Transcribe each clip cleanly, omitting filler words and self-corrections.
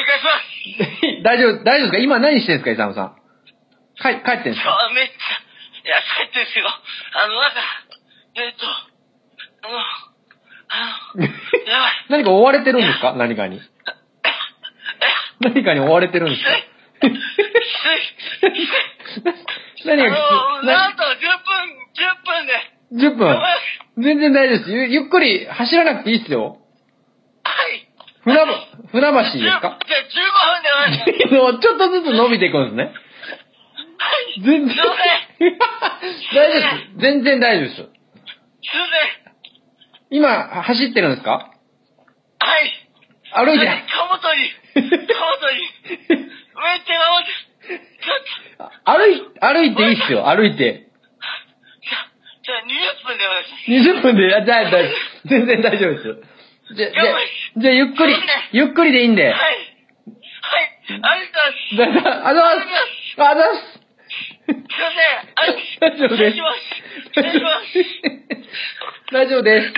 します。 大丈夫ですか？今何してるんですか、イサムさん。帰ってんですか？ めっちゃ、いや、帰ってるんですけど、なんか、やばい。 何か追われてるんですか？何かに。何かに追われてるんですか？何がなんと10分で。 10分。全然大丈夫です。ゆっくり走らなくていいっすよ。 はい。 船橋ですか？ じゃあ15分で終わります。 ちょっとずつ伸びていくんですね。 はい。 全然。 すいません。 大丈夫です。全然大丈夫です。 すいません。 今、走ってるんですか？ はい。 歩いて。 顔元に。めっちゃ頑張って。 歩いていいっすよ、歩いて。 じゃあ20分でお願いします。 20分で、じゃあ、全然大丈夫です。じゃあ、ゆっくりでいいんで。 はい。はい。ありがとうございます。 あざます。 すいません。 大丈夫です。 失礼します。 大丈夫です。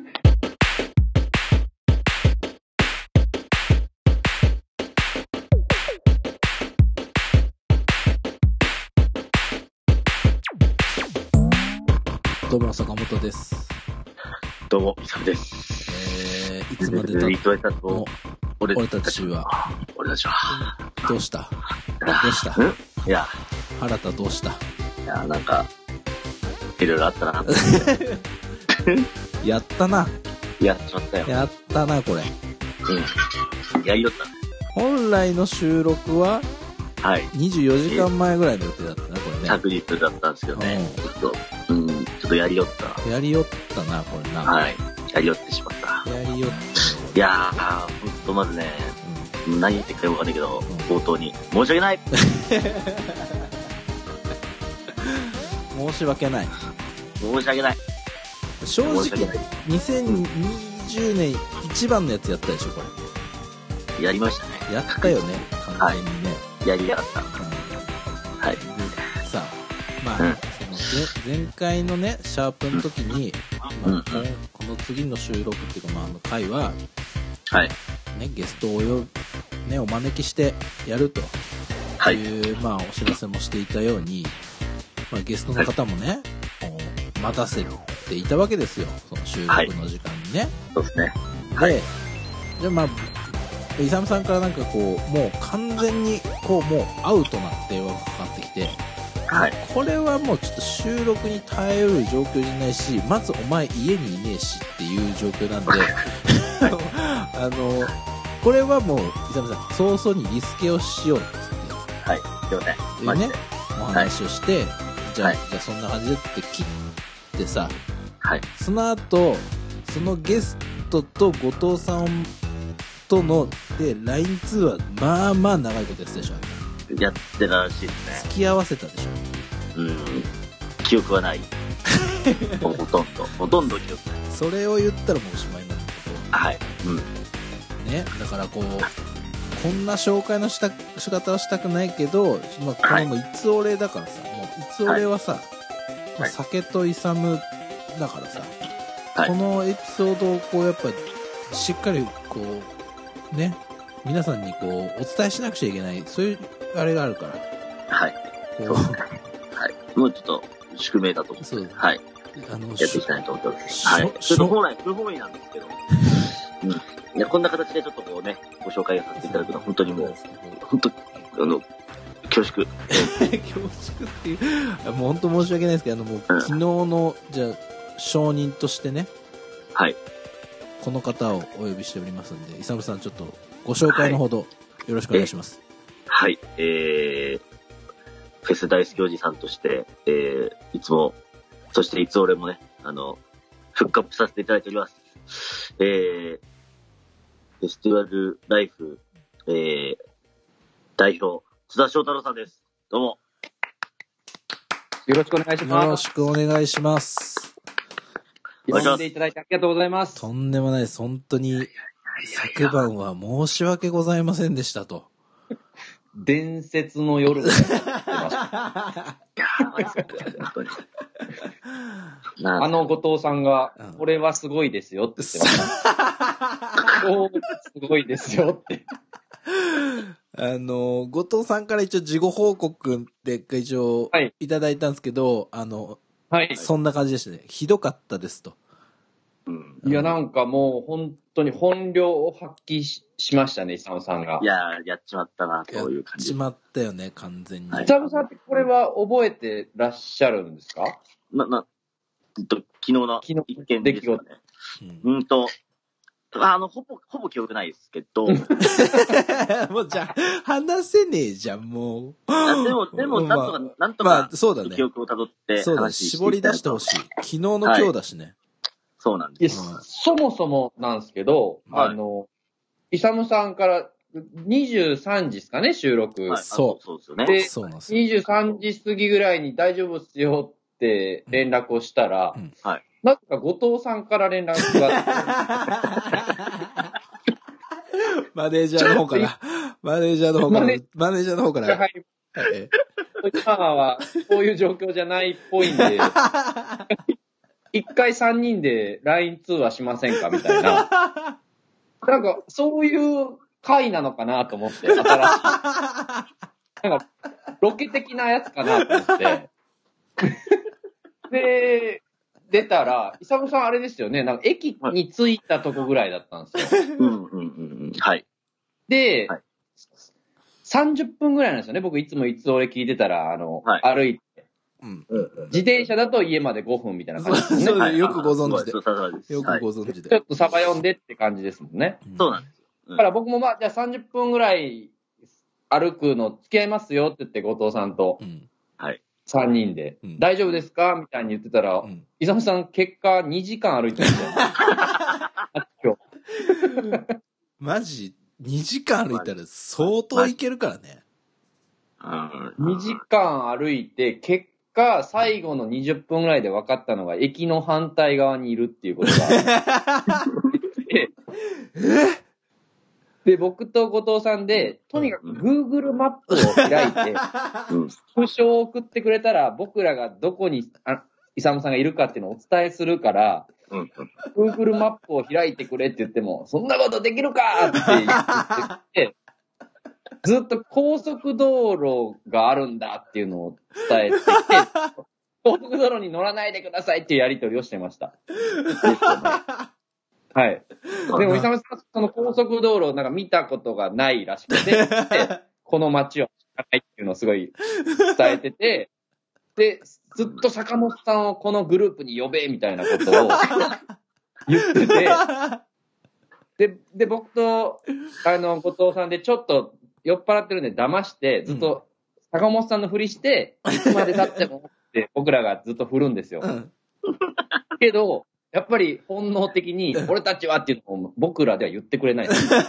どうも、坂本です。 どうも、イサムです。 いつまでたって俺たちは。どうしたいや。 原田どうした？ いや、なんか、いろいろあったな。 やったな。 やっちまったよ。 やったな、これ。 うん。やりよったね。 本来の収録は、 はい。 24時間前ぐらいの予定だったな、これね。 昨日だったんですけどね。ちょっとやりよった。 やりよったな、これな。 はい。やりよってしまった。 やりよった。 いやー、ほんとまずね、何言ってかわかんないけど、冒頭に、申し訳ない申し訳ない。 申し訳ない。 正直、2020年一番のやつやったでしょ、これ。 やりましたね。 やったよね、完全にね。 はい、やりやがった。はい。 さあ、まあ、その前回のね、シャープの時に、この次の収録っていうか、回は、 はい。 ね、ゲストをお招きしてやるという、お知らせもしていたように、ゲストの方もね、待たせていたわけですよ、その収録の時間にね。 そうですね。 で、イサムさんからなんかもう完全にもうアウトな電話がかかってきて、 はい。 これはもうちょっと収録に耐えうる状況じゃないし、まずお前家にいねえしっていう状況なんで、これはもう、イサムさん、早々にリスケをしようっつって。 はい。すいません。 でね、お話をして、じゃあそんな感じでって切ってさ、 はい。 その後、そのゲストと後藤さんとので LINE 通話、まあまあ長いことやつでしょ。 やってたらしいですね。 付き合わせたでしょ。 記憶はない。ほとんど記憶ない。 それを言ったらもうおしまいになるけど。 はい。 ね、だからこんな紹介の仕方はしたくないけど、これもいつ俺だからさ、もういつ俺はさ、酒とイサムだからさ、このエピソードをやっぱしっかりね、皆さんにお伝えしなくちゃいけない、そういうあれがあるから。 はい。そうですね。はい。もうちょっと宿命だと思って。そう。はい。やっていきたいと思ってます。はい。それと本来なんですけど。いや、こんな形でちょっとご紹介させていただくのは本当にもう、本当恐縮。 恐縮っていう、もう本当申し訳ないですけど、もう昨日の、じゃあ、証人としてね。 はい。 この方をお呼びしておりますんで、イサムさんちょっとご紹介のほどよろしくお願いします。 はい。フェス大好きおじさんとして、いつも、そしていつ俺もね、フックアップさせていただいております。フェスティバルライフ、代表、津田翔太郎さんです。どうも。 よろしくお願いします。 よろしくお願いします。 呼んでいただいてありがとうございます。 とんでもないです。本当に、昨晩は申し訳ございませんでしたと。 伝説の夜が出ました。後藤さんが、これはすごいですよって言ってました。すごいですよって。 後藤さんから一応事後報告で一応いただいたんですけど、 はい。 そんな感じでしたね。ひどかったですと。 いや、なんかもう本当に本領を発揮しましたね、イサムさんが。 いやー、やっちまったな、そういう感じ。 やっちまったよね、完全に。 イサムさんってこれは覚えてらっしゃるんですか？ 昨日の一件ですよね。ほぼ記憶ないですけど。 もうじゃあ、話せねえじゃん、もう。 でも、なんとか、 まあ、そうだね。 記憶をたどって、 そうだ、絞り出してほしい。昨日の今日だしね。 そうなんです。 そもそもなんですけど、イサムさんから23時ですかね、収録。 そうですよね。 で、23時過ぎぐらいに大丈夫っすよって連絡をしたら、なんか後藤さんから連絡が。 マネージャーの方から。マネージャーの方から。 今はこういう状況じゃないっぽいんで、一回3人で LINE 通話しませんかみたいな。なんか、そういう回なのかなと思って、新しい。なんか、ロケ的なやつかなと思って。で、出たら、イサムさんあれですよね、なんか駅に着いたとこぐらいだったんですよ。 はい。 で、30分ぐらいなんですよね、僕いつもいつ俺聞いてたら、歩いて。自転車だと家まで5分みたいな感じですね。 そう、よくご存知で。よくご存知で。 ちょっとサバ読んでって感じですもんね。 そうなんです。 だから僕もじゃあ30分ぐらい歩くの付き合いますよって言って後藤さんと。 はい。 3人で。大丈夫ですかみたいに言ってたら、イサムさん結果2時間歩いてるんですよ。今日。マジ ?2 時間歩いたら相当いけるからね。 2時間歩いて、結果、最後の20分ぐらいで分かったのが、駅の反対側にいるっていうことが。で、僕と後藤さんで、とにかく Google マップを開いて、スクショを送ってくれたら、僕らがどこに、イサムさんがいるかっていうのをお伝えするから、Google マップを開いてくれって言っても、そんなことできるかって言って、ずっと高速道路があるんだっていうのを伝えてきて、高速道路に乗らないでくださいっていうやり取りをしてました。はい。でも、イサムさん、その高速道路をなんか見たことがないらしくて、この街を知らないっていうのをすごい伝えてて、で、ずっと坂本さんをこのグループに呼べみたいなことを言ってて、で、僕と、後藤さんでちょっと酔っ払ってるんで騙して、ずっと坂本さんのふりして、いつまで経ってもって僕らがずっと振るんですよ。けど、やっぱり本能的に、俺たちはっていうのを僕らでは言ってくれないです。だ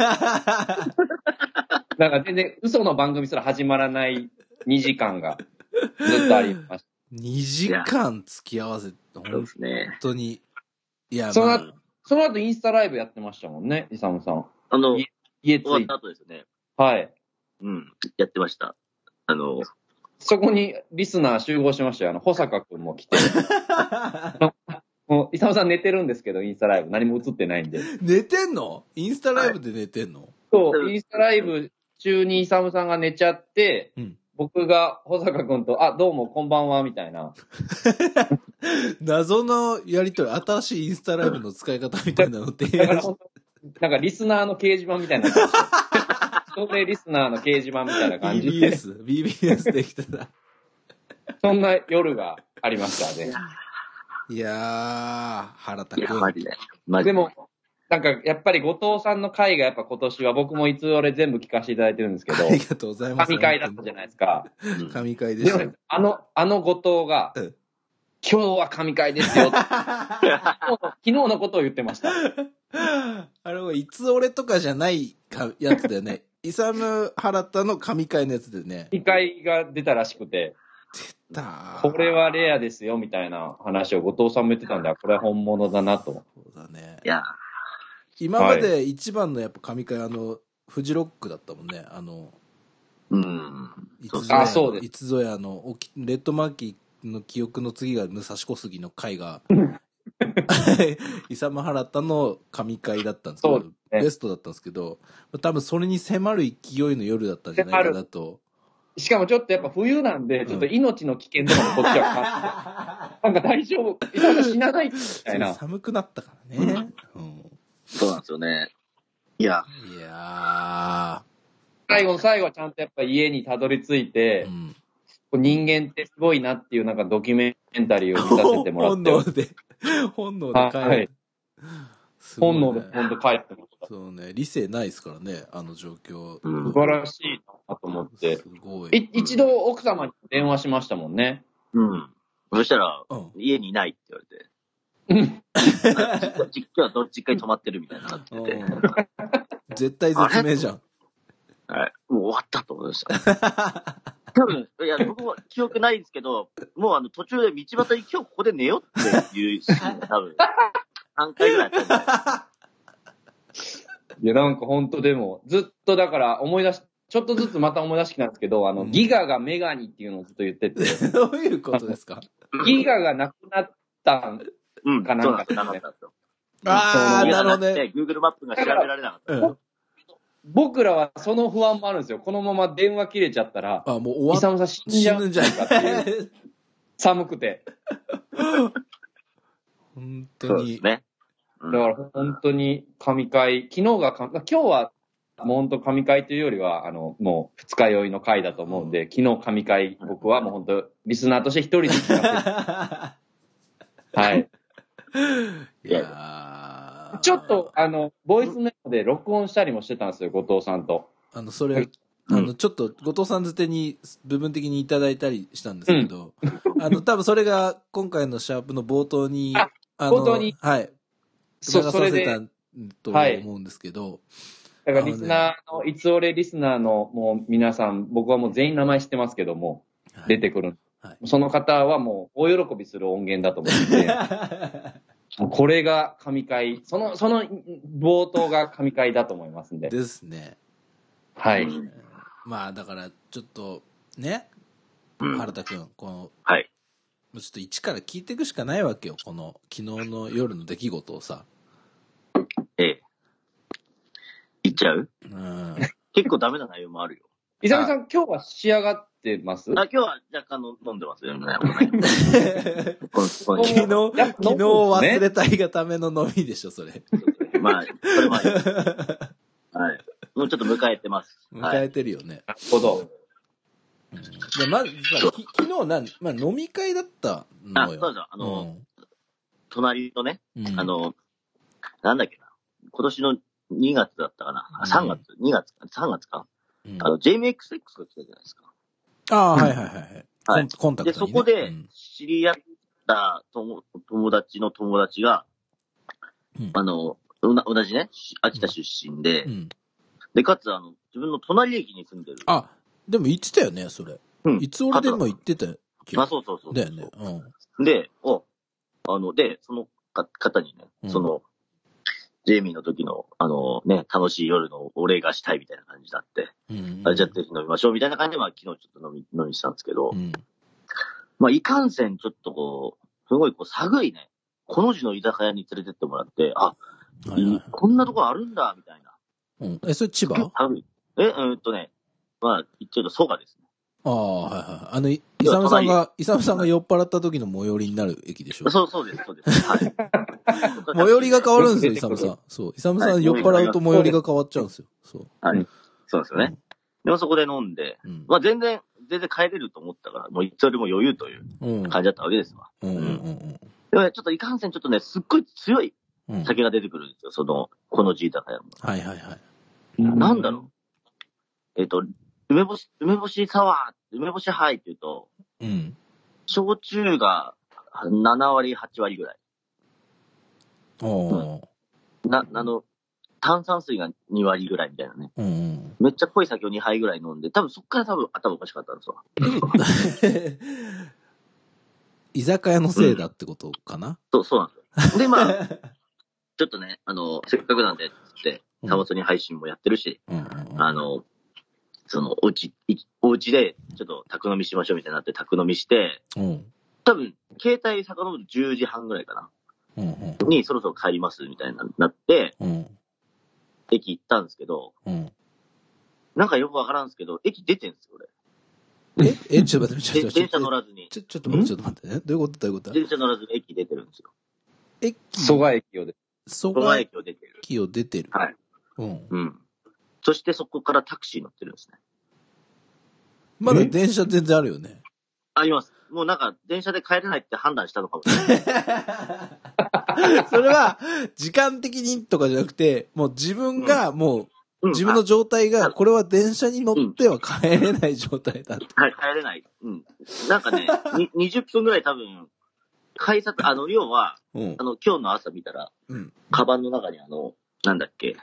から全然嘘の番組すら始まらない2時間がずっとありました。 2時間付き合わせて、本当に。いや、 その後インスタライブやってましたもんね、イサムさん。 家着いた後ですね。 はい。 やってました。 そこにリスナー集合しましたよ。保坂くんも来て。もう、イサムさん寝てるんですけど、インスタライブ。何も映ってないんで。 寝てんの？インスタライブで寝てんの？ そう、インスタライブ中にイサムさんが寝ちゃって、僕が保坂くんと、どうもこんばんは、みたいな。 謎のやりとり、新しいインスタライブの使い方みたいなのって。 なんかリスナーの掲示板みたいな感じ。それリスナーの掲示板みたいな感じで。 BBS できてた。 そんな夜がありましたね。 いやー、腹立つ。 でも、なんか、やっぱり後藤さんの回がやっぱ今年は僕もいつ俺全部聞かせていただいてるんですけど。 ありがとうございます。 神回だったじゃないですか。 神回でした。 でも、後藤が、今日は神回ですよ。昨日のことを言ってました。 あれはいつ俺とかじゃないやつだよね。イサム・ハラタの神回のやつでね。 神回が出たらしくて。これはレアですよみたいな話を後藤さんも言ってたんで、これは本物だなと。 そうだね。 いや、 今まで一番のやっぱ神回フジロックだったもんね。 そうです。 いつぞやレッドマーキーの記憶の次が武蔵小杉の回がイサム・ハラタの神回だったんですけど、 そうですねベストだったんですけど、多分それに迫る勢いの夜だったんじゃないかなと。 しかもちょっとやっぱ冬なんで、ちょっと命の危険とかもこっちは感じて、なんか大丈夫、イサム死なないみたいな。 寒くなったからね。 そうなんですよね。いやー。 最後の最後はちゃんとやっぱ家にたどり着いて、人間ってすごいなっていうなんかドキュメンタリーを見させてもらって。 本能で帰る。 はい。本能で本当帰ってました。 そうね、理性ないですからね、あの状況。 素晴らしいなと思って。 すごい。 一度奥様に電話しましたもんね。 そしたら、家にいないって言われて。実家はどっちかに泊まってるみたいになってて。 絶対絶命じゃん。 はい。もう終わったと思いました。多分、いや、僕も記憶ないんですけど、もう途中で道端に今日ここで寝よっていうシーンが多分、3回ぐらいやったんで。 いや、なんか本当でも、ずっとだからちょっとずつまた思い出してきたんですけど、ギガがメガニっていうのをずっと言ってて。 どういうことですか？ ギガがなくなったんかなんか、 なかった。 あー、なるほどね。 Google マップが調べられなかった。 僕らはその不安もあるんですよ。このまま電話切れちゃったら、 もう終わっイサムさん死んじゃうんじゃないかっていう。寒くて。 本当に。 そうですね。 だから本当に神回、今日はもう本当神回というよりは、もう二日酔いの回だと思うんで、昨日神回、僕はもう本当、リスナーとして一人で聞きます。はい。 いやちょっと、ボイスメモで録音したりもしてたんですよ、後藤さんと。 それ、ちょっと、後藤さんづてに部分的にいただいたりしたんですけど、多分それが今回のシャープの冒頭に、 冒頭に、 はい。流させたと思うんですけど。 だからリスナーの、いつ俺リスナーのもう皆さん、僕はもう全員名前知ってますけども、出てくる。その方はもう大喜びする音源だと思って、これが神回、その冒頭が神回だと思いますんで。 ですね。 はい。 まあだからちょっとね、原田くん、 はい。 ちょっと一から聞いていくしかないわけよ、この昨日の夜の出来事をさ。 言っちゃう？結構ダメな内容もあるよ。 伊沢さん、今日は仕上がってます？ 今日は若干飲んでますよね。 昨日忘れたいがための飲みでしょ、それ。 まあ、それもあります。はい。もうちょっと迎えてます。 迎えてるよね。 なるほど。 まず、昨日飲み会だったのよ。 そうだ、隣のね、なんだっけな、今年の2月だったかな。3月か。ジェイミー XX が来たじゃないですか。 はい。コンタクトにね。 で、そこで知り合った友達の友達が、同じね、秋田出身で、で、かつ、自分の隣駅に住んでる。 でも言ってたよね、それ。いつ俺でも言ってたよ。 そう。 だよね。 で、その方にね、ジェイミーの時の、楽しい夜のお礼がしたいみたいな感じだって、じゃあぜひ飲みましょうみたいな感じで、昨日ちょっと飲みしたんですけど、いかんせんちょっとすごい寒いね、この字の居酒屋に連れてってもらって、こんなとこあるんだ、みたいな。 それ千葉？ 言っちゃうと蘇我ですね。 イサムさんが酔っ払った時の最寄りになる駅でしょ？ そうです。はい。 最寄りが変わるんですよ、イサムさん。そう。イサムさん酔っ払うと最寄りが変わっちゃうんですよ。そう。 はい。そうですよね。でもそこで飲んで、全然帰れると思ったから、もういつよりも余裕という感じだったわけですわ。でもちょっといかんせんちょっとね、すっごい強い酒が出てくるんですよ、このジータカヤも。 はい。 なんだろう。梅干しサワー、梅干しハイって言うと、焼酎が7割、8割ぐらい。炭酸水が2割ぐらいみたいなね。めっちゃ濃い酒を2杯ぐらい飲んで、そっから頭おかしかったんですわ。 居酒屋のせいだってことかな？ そうなんですよ。で、ちょっとね、せっかくなんで、つって、タマソニ配信もやってるし、お家で、ちょっと宅飲みしましょうみたいになって宅飲みして、多分、携帯遡る10時半ぐらいかな。 にそろそろ帰りますみたいになって、駅行ったんですけど、なんかよくわからんすけど、駅出てんすよ、俺。 ちょっと待って、 電車乗らずに。 ちょっと待ってね。どういうこと電車乗らずに駅出てるんですよ。 蘇我駅を蘇我駅を出てる。 駅を出てる。 はい。そしてそこからタクシー乗ってるんですね。 まだ電車全然あるよね。 あります。もうなんか、電車で帰れないって判断したのかもしれない。 それは、時間的にとかじゃなくて、もう自分がもう、自分の状態が、これは電車に乗っては帰れない状態だって。 はい、帰れない。なんかね、20分ぐらい多分、改札、要は、今日の朝見たら、カバンの中になんだっけ、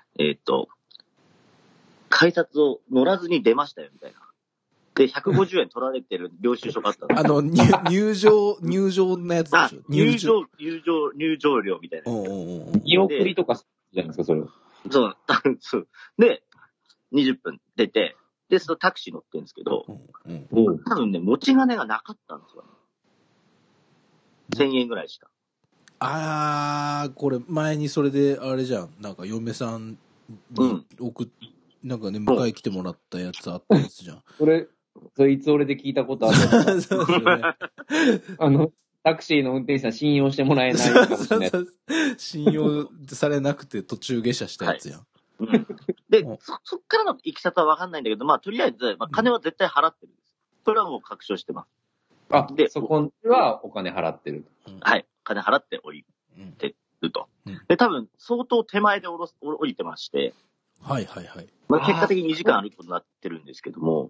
改札を乗らずに出ましたよ、みたいな。で、150円取られてる領収書があったの。 入場のやつでしょ。 入場料みたいな。 見送りとかじゃないですか、それ。 そう。で、20分出て、で、そのタクシー乗ってるんですけど、多分ね、持ち金がなかったんですよ。1000円ぐらいしか。 これ前にそれで、あれじゃん。なんか嫁さんになんかね、迎え来てもらったやつあったやつじゃん。 それいつ俺で聞いたことある。そうですよね。タクシーの運転手さん信用してもらえないかもしれない。 信用されなくて途中下車したやつやん。 で、そっからの行き方はわかんないんだけど、まあ、とりあえず、金は絶対払ってるんです。それはもう確証してます。 で、そこはお金払ってる。 はい。金払って降りてると。で、多分、相当手前で降りてまして、 はい。 まあ、結果的に2時間歩くことになってるんですけども。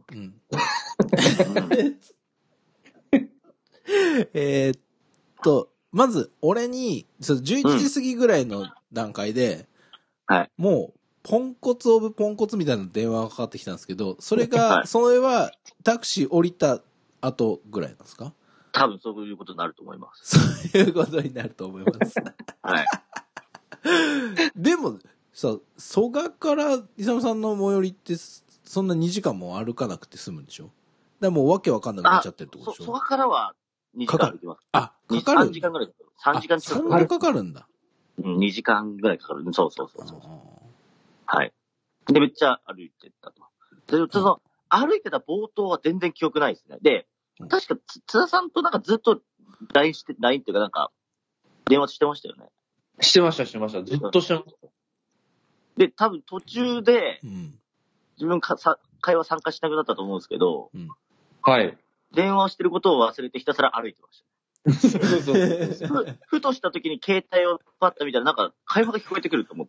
まず、俺に、11時過ぎぐらいの段階で、もう、ポンコツオブポンコツみたいな電話がかかってきたんですけど、それは、タクシー降りた後ぐらいなんですか？ 多分そういうことになると思います。 そういうことになると思います。 はい。 でも、蘇我からイサムさんの最寄りって、そんな2時間も歩かなくて済むんでしょ？だからもうわけわかんなくなっちゃってるってことでしょ？ 蘇我からは2時間歩きます。 かかる。 3時間ぐらい。3時間近く。 そんなかかるんだ。 2時間ぐらいかかる。そう。はい。で、めっちゃ歩いてったと。歩いてた冒頭は全然記憶ないですね。で、確か津田さんとなんかずっと LINE っていうかなんか、電話してましたよね。 してました。ずっとしてました。 で、多分途中で、自分会話参加しなくなったと思うんですけど、 はい。 電話をしてることを忘れてひたすら歩いてました。ふとした時に携帯をパッと見たらなんか会話が聞こえてくると思って。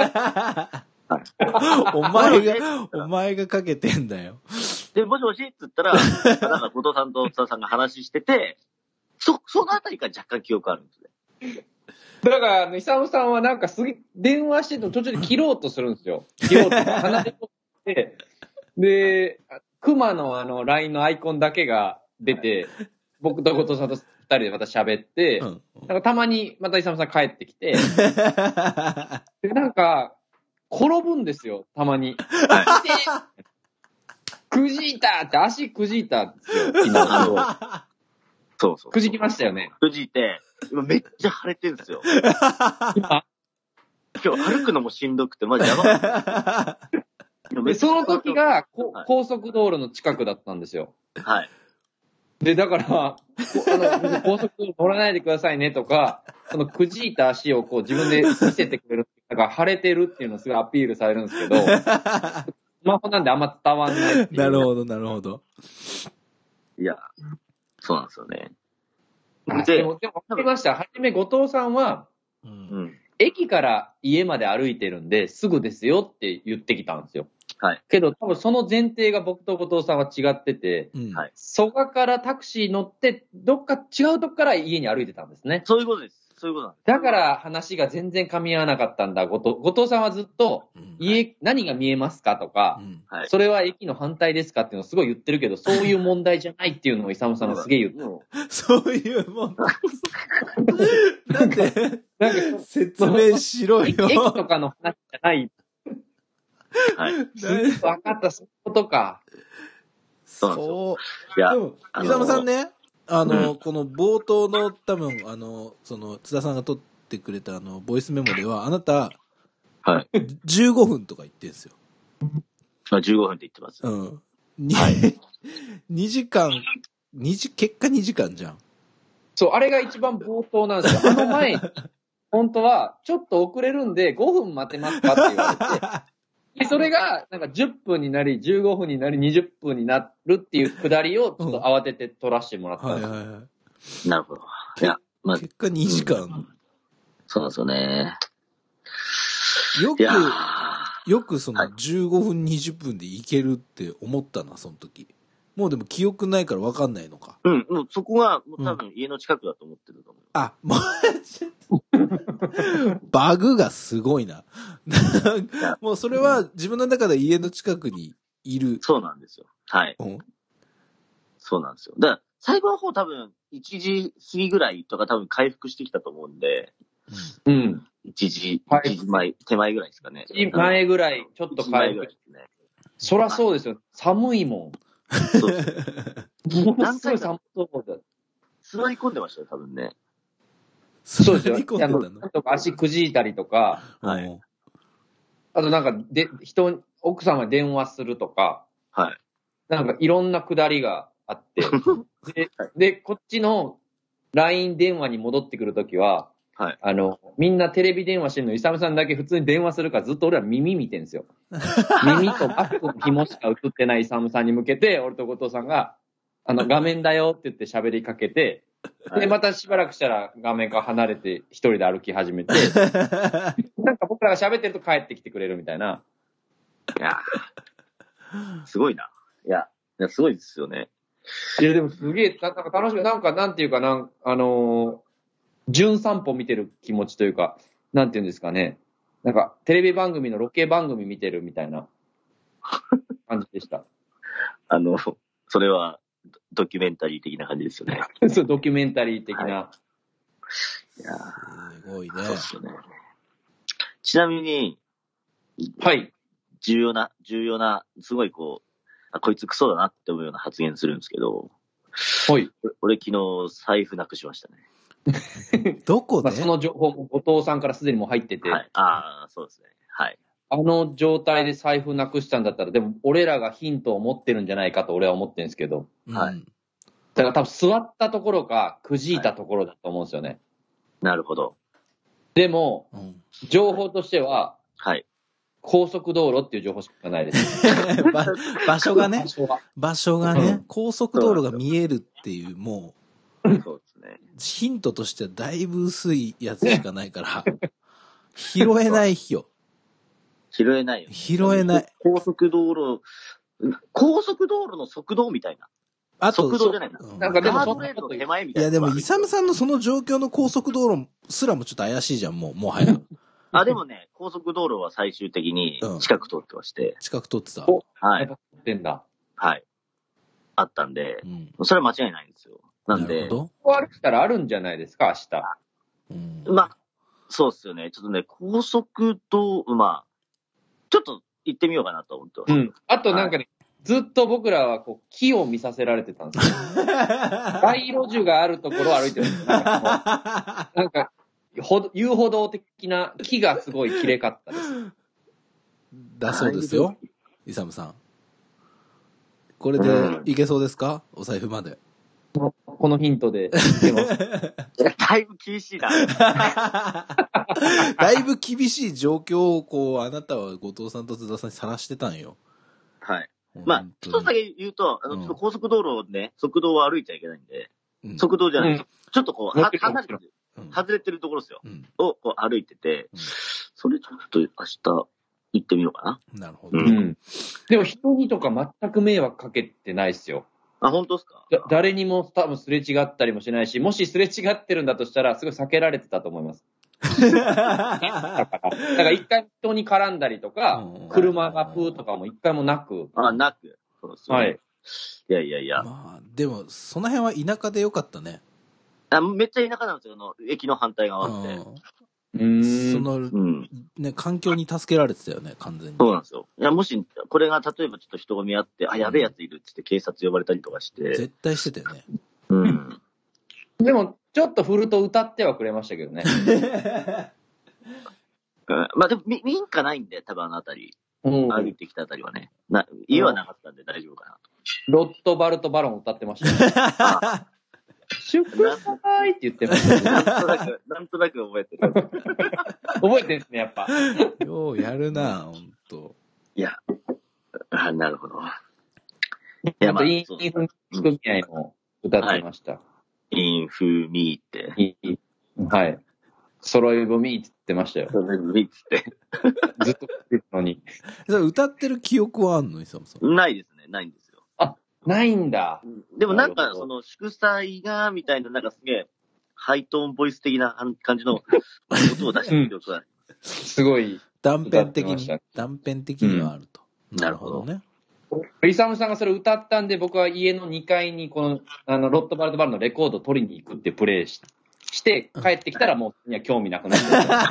お前がかけてんだよ。 で、もしもしって言ったら、なんか後藤さんと津田さんが話してて、そのあたりから若干記憶あるんですね。 だから、イサムさんはなんか電話してて途中で切ろうとするんですよ。話しとって、で、熊のLINE のアイコンだけが出て、僕と後藤さんと二人でまた喋って、なんかたまにまたイサムさん帰ってきて、で、なんか、転ぶんですよ、たまに。くじいたって足くじいたんですよ、 そう。 くじきましたよね。 くじいて、今めっちゃ腫れてるんですよ。今日歩くのもしんどくて、マジやばい。 で、その時が、高速道路の近くだったんですよ。 はい。 で、だから、高速道路乗らないでくださいねとか、そのくじいた足をこう自分で見せてくれる。だから腫れてるっていうのをすごいアピールされるんですけど、スマホなんであんま伝わんないっていう。 なるほど。 いや、そうなんですよね。 でも分かりました。はじめ後藤さんは、駅から家まで歩いてるんで、すぐですよって言ってきたんですよ。 はい。 けど多分その前提が僕と後藤さんは違ってて、蘇我からタクシー乗って、どっか違うとこから家に歩いてたんですね。 そういうことです。そういうことなんです。 だから話が全然噛み合わなかったんだ。後藤さんはずっと、何が見えますかとか、それは駅の反対ですかっていうのをすごい言ってるけど、そういう問題じゃないっていうのをイサムさんがすげえ言ってる。 そういう問題。なんで説明しろよ。 駅とかの話じゃない。はい。分かった、そういうことか。 そう。 いや、 でも、イサムさんね、この冒頭の多分、津田さんが撮っってくれたボイスメモでは、あなた、 はい。 15分とか言ってんすよ。 15分って言ってます。 うん。2時間、結果2時間じゃん。 そう、あれが一番冒頭なんですよ。前に、本当は、ちょっと遅れるんで5分待てますかって言われて、でそれが、なんか10分になり、15分になり、20分になるっていうくだりを、ちょっと慌てて取らせてもらったんですよ。 はいはいはい。 なるほど。いや、まあ、 結果2時間。 そうなんですよね。 よくその15分、20分でいけるって思ったな、その時。もうでも記憶ないから分かんないのか。 もうそこが、もう多分家の近くだと思ってると思う。 あ、もう、バグがすごいな。もうそれは自分の中で家の近くにいる。 そうなんですよ。はい。そうなんですよ。だから、最後の方多分、1時過ぎぐらいとか多分回復してきたと思うんで、 うん。 1時前、手前ぐらいですかね。 1時前ぐらい、ちょっと回復してね。そらそうですよ。寒いもん。 そうです。 ものすごい寒そうだ。 座り込んでましたよ、多分ね。 そうですよ。足くじいたりとか、 はい。 あとなんか、奥さんが電話するとか、 はい。 なんかいろんなくだりがあって、で、こっちの LINE 電話に戻ってくるときは、 はい。 みんなテレビ電話してるのに、イサムさんだけ普通に電話するからずっと俺ら耳見てんすよ。耳とバックの紐しか映ってないイサムさんに向けて、俺と後藤さんが、画面だよって言って喋りかけて、で、またしばらくしたら画面から離れて一人で歩き始めて、なんか僕らが喋ってると帰ってきてくれるみたいな。 いやすごいな。いや、すごいですよね。 いや、でもすげえ、なんか楽しく、なんていうかな、純散歩見てる気持ちというか、なんていうんですかね。なんか、テレビ番組のロケ番組見てるみたいな感じでした。 それは、ドキュメンタリー的な感じですよね。 そう、ドキュメンタリー的な。はい、 いやすごいね。 そうですよね。ちなみに、 はい。 重要な、すごいこいつクソだなって思うような発言するんですけど、 はい。 俺昨日財布なくしましたね。 どこで、 その情報も後藤さんからすでにもう入ってて。 はい。ああ、そうですね。はい。 状態で財布なくしたんだったら、でも俺らがヒントを持ってるんじゃないかと俺は思ってるんですけど。 はい。 だから多分座ったところか、くじいたところだと思うんですよね。はい、 なるほど。 でも、情報としては、 はい。 高速道路っていう情報しかないです。 場所がね。場所がね、高速道路が見えるっていう、もう、そうですね。 ヒントとしてはだいぶ薄いやつしかないから、拾えないよ。 拾えないよ。 拾えない。 高速道路の速道みたいな。あと、速道じゃないな。なんかでも、ガードレールの手前みたいな。 いやでも、イサムさんのその状況の高速道路すらもちょっと怪しいじゃん、もはや。 でもね、高速道路は最終的に近く通ってまして。 近く通ってた。 はい。 通ってんだ。 はい。あったんで、それは間違いないんですよ。なんで。 ここ歩いたらあるんじゃないですか、明日。まあ、そうっすよね。ちょっとね、高速道路、まあ、ちょっと行ってみようかなと思ってます。 あとなんかね、ずっと僕らは木を見させられてたんですよ。街路樹があるところを歩いてるんですよ。なんか、遊歩道的な木がすごい綺麗かったです。 だそうですよ、イサムさん。これでいけそうですか、お財布まで。 このヒントで。 だいぶ厳しいな。 だいぶ厳しい状況をあなたは後藤さんと津田さんにさらしてたんよ。 はい。まあ、一つだけ言うと、高速道路をね、速道を歩いちゃいけないんで、速道じゃないです。ちょっと外れてるところですよ。を歩いてて、それちょっと明日行ってみようかな。 なるほど。 でも人にとか全く迷惑かけてないですよ。 本当ですか？ 誰にも多分すれ違ったりもしないし、もしすれ違ってるんだとしたら、すごい避けられてたと思います。だから一回人に絡んだりとか、車がプーとかも一回もなく。 なく。そうですね。はい。いや。 まあ、でも、その辺は田舎でよかったね。 めっちゃ田舎なんですよ、駅の反対側って。 ね、環境に助けられてたよね、完全に。 そうなんですよ。いや、もし、これが例えばちょっと人混みあって、やべえやついるって言って警察呼ばれたりとかして。 絶対してたよね。 でも、 ちょっと振ると歌ってはくれましたけどね。 まあでも、民家ないんで、多分あのあたり。歩いてきたあたりはね。家はなかったんで大丈夫かなと。 ロットバルトバロン歌ってましたね。祝祭って言ってましたね。 なんとなく覚えてる。 覚えてるんですね、やっぱ。 ようやるな、ほんと。 いや、なるほど。 いや、まあ、インフ組合も歌ってました。 インフミーって。 はい。揃い踏みって言ってましたよ。 揃い踏みって。 ずっと言ってたのに。 歌ってる記憶はあんの？イサムさん。 ないですね、ないんですよ。 あ、ないんだ。 でもなんか、祝祭が、みたいな、なんかすげえ、ハイトーンボイス的な感じの音を出してる記憶がある。 すごい。 断片的にはあると。 なるほどね。 イサムさんがそれ歌ったんで、僕は家の2階にロットバルトバルのレコードを取りに行くってプレイして帰ってきたらもう、いや、興味なくなって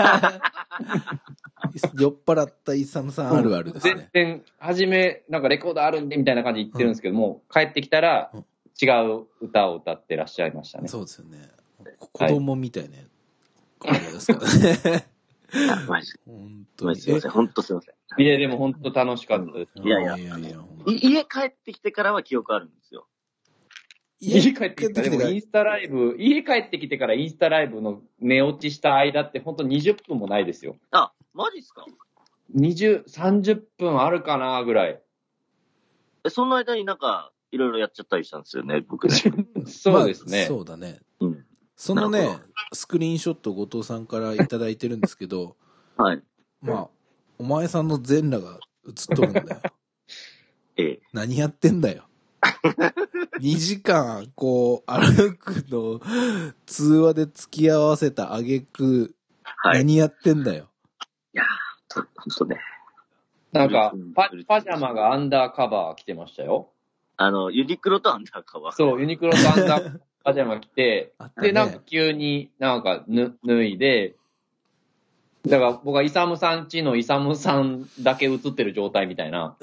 酔っ払ったイサムさんあるあるですね。 全然、初め、なんかレコードあるんでみたいな感じで言ってるんですけども、帰ってきたら、違う歌を歌ってらっしゃいましたね。 そうですよね。子供みたいな体ですからね。 マジで。 本当に。 すいません、本当すいません。 いや、でも本当楽しかったです。 いや。家帰ってきてからは記憶あるんですよ。 家帰ってきてからインスタライブ、家帰ってきてからインスタライブの寝落ちした間って本当20分もないですよ。 あ、マジっすか ？30分あるかなぐらい。 その間になんか、いろいろやっちゃったりしたんですよね、僕ね。 そうですね。 そうだね。 うん。 そのね、スクリーンショット後藤さんからいただいてるんですけど、 はい。 まあ、お前さんの全裸が映っとるんだよ。何やってんだよ。2時間、こう、歩くの、通話で付き合わせた挙句、何やってんだよ。 いやー、ほんとね。 なんか、パジャマがアンダーカバー着てましたよ。 ユニクロとアンダーカバー。 そう、ユニクロとアンダーパジャマ着て、で、なんか急になんか脱いで、だから僕はイサムさんちのイサムさんだけ映ってる状態みたいな。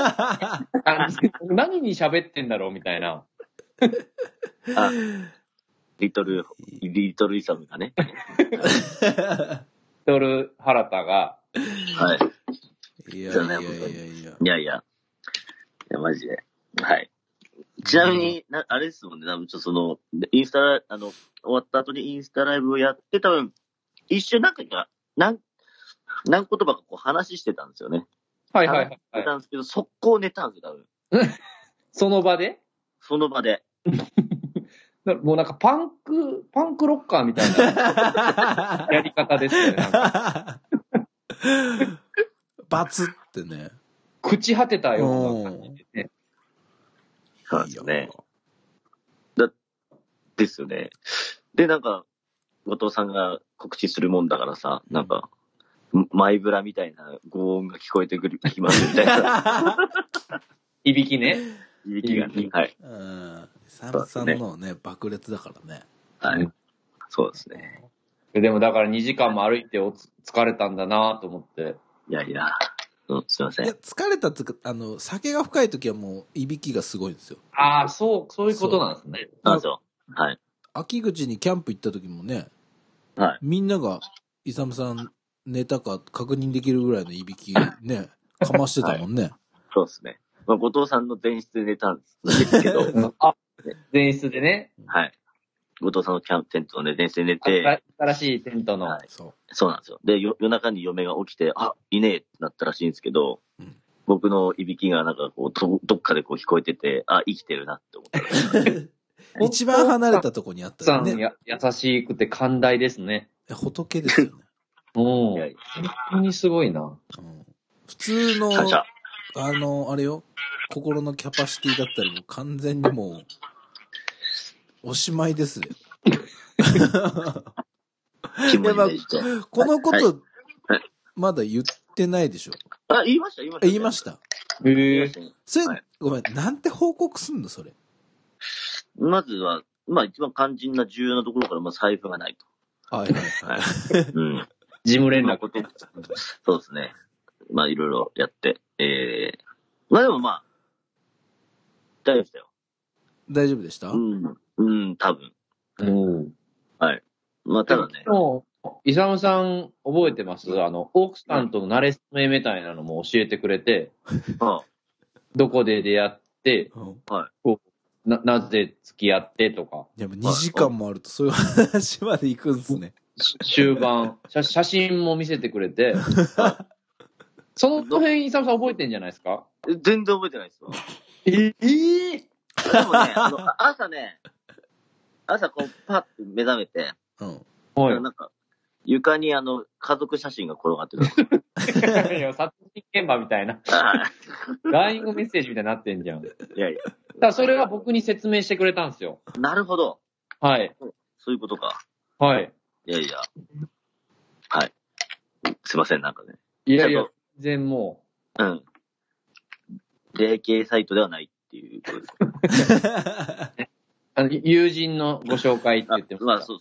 何に喋ってんだろうみたいな。 リトルイサムがね。 リトルハラタが。 はい。 いや、 マジで。はい。ちなみに、あれですもんね、インスタ、終わった後にインスタライブをやって、多分、一瞬何言葉かこう話してたんですよね。 はい。 してたんですけど、速攻寝たんですよ、多分。 その場でもうなんかパンクロッカーみたいなやり方ですよね。 バツってね。 朽ち果てたような感じでね。 そうですね。ですよね。で、なんか、後藤さんが告知するもんだからさ、なんか、マイブラみたいな轟音が聞こえてきますみたいな。 いびきね。 いびきがね。はい。 サムさんのね、爆裂だからね。 はい。そうですね。 でもだから2時間も歩いて疲れたんだなと思って。 いや、すいません。 いや、疲れたっていうか、酒が深い時はもう、いびきがすごいんですよ。 ああ、そういうことなんですね。 そう。はい。 秋口にキャンプ行った時もね、 はい。 みんなが、イサムさん寝たか確認できるぐらいのいびきね、かましてたもんね。 そうですね。まあ、後藤さんの前室で寝たんですけど。 前室でね。 はい。後藤さんのキャンプテントのね、前室で寝て。 新しいテントの。はい、 そうなんですよ。で、夜中に嫁が起きて、いねえってなったらしいんですけど、僕のいびきがなんかこう、どっかでこう聞こえてて、生きてるなって思った。 一番離れたとこにあったよね。 優しくて寛大ですね。 仏ですよね。 本当にすごいな。 普通の、あれよ、心のキャパシティだったらもう完全にもう、おしまいですよ。このこと、まだ言ってないでしょ。 言いました。 言いました。それ、ごめん、なんて報告すんのそれ。 まずは、まあ一番肝心な重要なところから、まあ財布がないと。 はい。事務連絡。 そうですね。まあいろいろやって。まあでもまあ、大丈夫でしたよ。 大丈夫でした？ 多分。 まあ、ただね。 イサムさん覚えてます？奥さんとの慣れ初めみたいなのも教えてくれて、どこで出会って、こうなぜ付き合ってとか。 いや、もう2時間もあるとそういう話まで行くんですね。 終盤写真も見せてくれて、その辺、イサムさん覚えてんじゃないですか？ 全然覚えてないですよ。 でもね、朝こう、パッと目覚めて、なんか、床に家族写真が転がってる。 いや、殺人現場みたいな。LINE メッセージみたいになってんじゃん。いやいや。 だからそれは僕に説明してくれたんですよ。 なるほど。 はい。 そういうことか。 はい。 いやいや。はい。すいません、なんかね。 いやいや、全然もう。うん。霊系サイトではないっていうことです。 友人のご紹介って言ってました。 まあ、そう。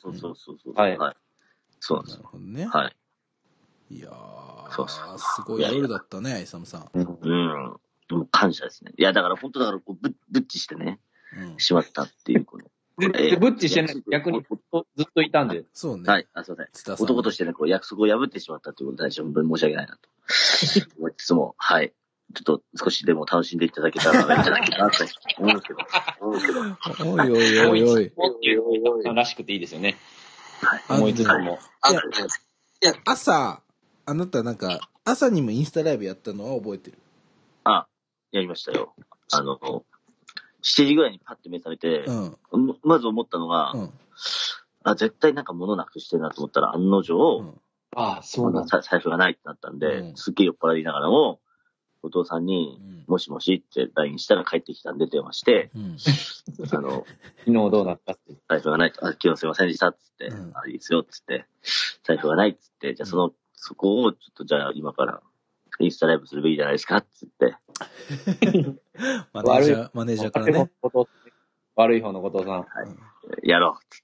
はい。 そうなんです。 なるほどね。 はい。 いやー、すごい夜だったね、イサムさん。 もう感謝ですね。いや、だから本当こう、ぶっちしてね、しまったっていう、この。 ぶっちしてない。逆にずっといたんで。 そうね。 はい、すいません。男としてね、こう、約束を破ってしまったっていうことに対して本当に申し訳ないなと。思いつつも、はい。ちょっと少しでも楽しんでいただけたらいいんじゃないかなと思うんですけど。 おい。 らしくていいですよね。 はい。 思いつつも。 いや、朝、あなたなんか、朝にもインスタライブやったのは覚えてる？ やりましたよ。7時ぐらいにパッて目覚めて、まず思ったのが、絶対なんか物なくしてるなと思ったら、案の定、 そうなんだ。 財布がないってなったんで、すっげえ酔っ払いながらも、お父さんに、もしもしって LINE したら帰ってきたんで電話して、 昨日どうなったって。 財布がないと、昨日すいませんでしたっつって、いいですよっつって、財布がないっつって、じゃあそこをちょっとじゃあ今からインスタライブするべきじゃないですかっつって。 マネージャーからね。 悪い方の後藤さん。 やろうっつって。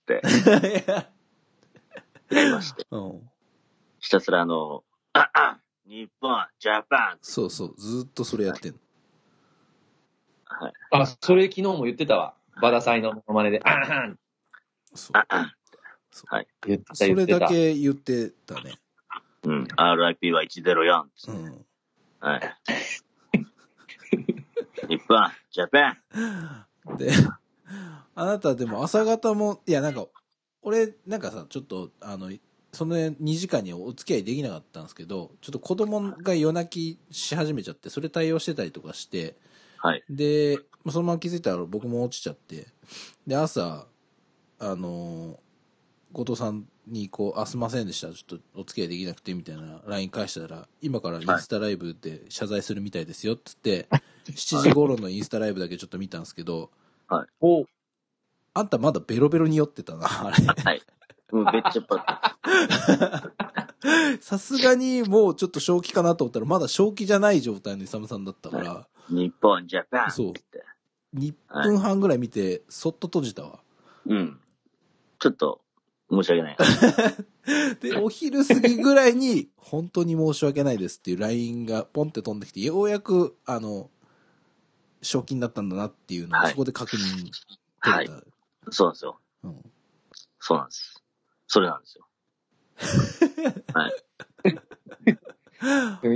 やりまして。ひたすら日本、ジャパン。 そう、ずーっとそれやってんの。 はい。 それ昨日も言ってたわ。バダサイのモノマネで。 そう。 はい。 それだけ言ってたね。 RIP は104。はい。日本、ジャパン。で、あなたでも朝方も、いやなんか、俺なんかさ、ちょっとその2時間にお付き合いできなかったんですけど、ちょっと子供が夜泣きし始めちゃって、それ対応してたりとかして、 はい。 で、そのまま気づいたら僕も落ちちゃって、で、朝、後藤さんにすいませんでした、ちょっとお付き合いできなくてみたいな LINE 返したら、今からインスタライブで謝罪するみたいですよって言って、7時頃のインスタライブだけちょっと見たんですけど、 はい。 あんたまだベロベロに酔ってたな、あれ。 はい。めっちゃパッさすがにもうちょっと正気かなと思ったら、まだ正気じゃない状態のイサムさんだったから。 日本、ジャパン。 そう。1分半ぐらい見て、そっと閉じたわ。 ちょっと、申し訳ない。 で、お昼過ぎぐらいに、本当に申し訳ないですっていう LINE がポンって飛んできて、ようやく、正気になったんだなっていうのを、そこで確認取れた。 そうなんですよ。そうなんです。それなんですよ。はい。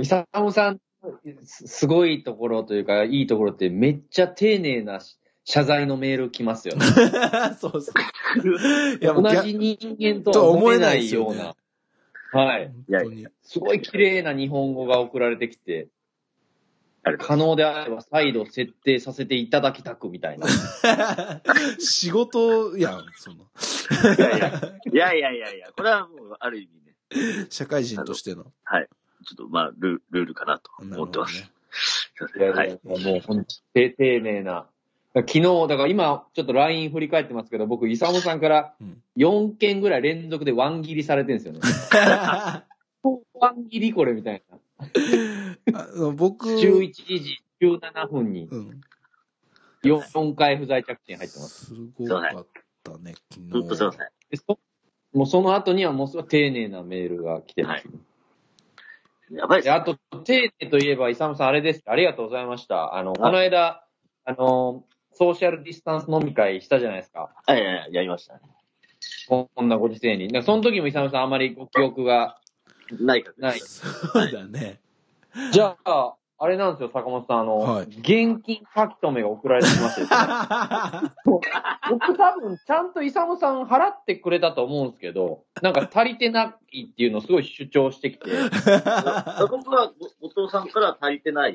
イサムさん、すごいところというか、いいところってめっちゃ丁寧な謝罪のメール来ますよね。 そうそう。 いや同じ人間とは思えないような。はい。すごい綺麗な日本語が送られてきて、可能であれば再度設定させていただきたくみたいな。 仕事やん、その。 いや、これはもうある意味ね。社会人としての。 はい。ちょっとルールかなと思ってます。ね、 はい。もう本当に丁寧な。昨日、だから今、ちょっと LINE 振り返ってますけど、僕、イサムさんから4件ぐらい連続でワン切りされてるんですよね。ワン切りこれみたいな。 僕、 11時17分に4回不在着信入ってます。 すごかったね、昨日。 ずっとすいません。 もうその後にはもう丁寧なメールが来てます。 やばいですね。 あと、丁寧といえば、イサムさんあれです。ありがとうございました。この間、ソーシャルディスタンス飲み会したじゃないですか。 やりましたね。 こんなご時世に。その時もイサムさんあまりご記憶がないかない。 そうだね。 じゃあ、あれなんですよ、坂本さん、 はい現金書き留めが送られてきましたよ。僕多分、ちゃんとイサムさん払ってくれたと思うんですけど、なんか足りてないっていうのをすごい主張してきて。 僕はお父さんから足りてない。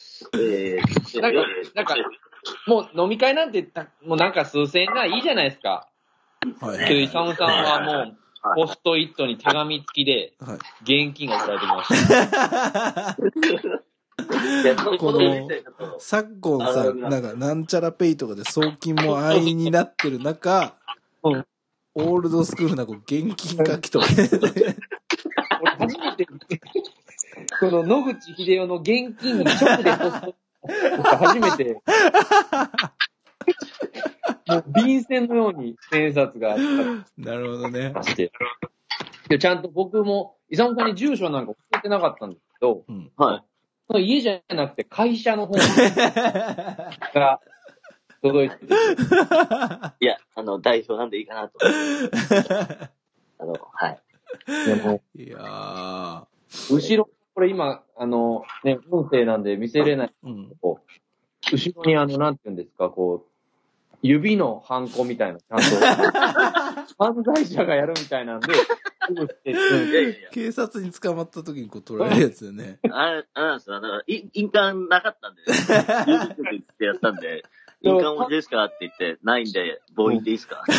なんか、もう飲み会なんて、もうなんか数千円がいいじゃないですか。 はい。 けど、イサムさんはもう、ポストイットに手紙付きで、現金が送られてきました。 この、昨今さ、なんか、なんちゃらペイとかで送金も安易になってる中、 うん、 オールドスクールな現金書きとか。 俺初めて、この野口英世の現金に直でポスト、初めて、もう便箋のように千円札があった。 なるほどね。 でちゃんと僕も、イサムさんに住所なんか教えてなかったんですけど、 うん、 はい。 その家じゃなくて会社の方が届いてて。 いや、代表なんでいいかなと。はい。 でもいやー。 後ろ、これ今、ね、音声なんで見せれない。 うん、 後ろになんて言うんですか、こう、指のハンコみたいな、ちゃんと、犯罪者がやるみたいなんで、 警察に捕まった時にこう取られるやつよね。 あれなんですよ。だから、印鑑なかったんで、郵便局行ってやったんで、印鑑お持ちですかって言って、ないんで、棒印でいいですか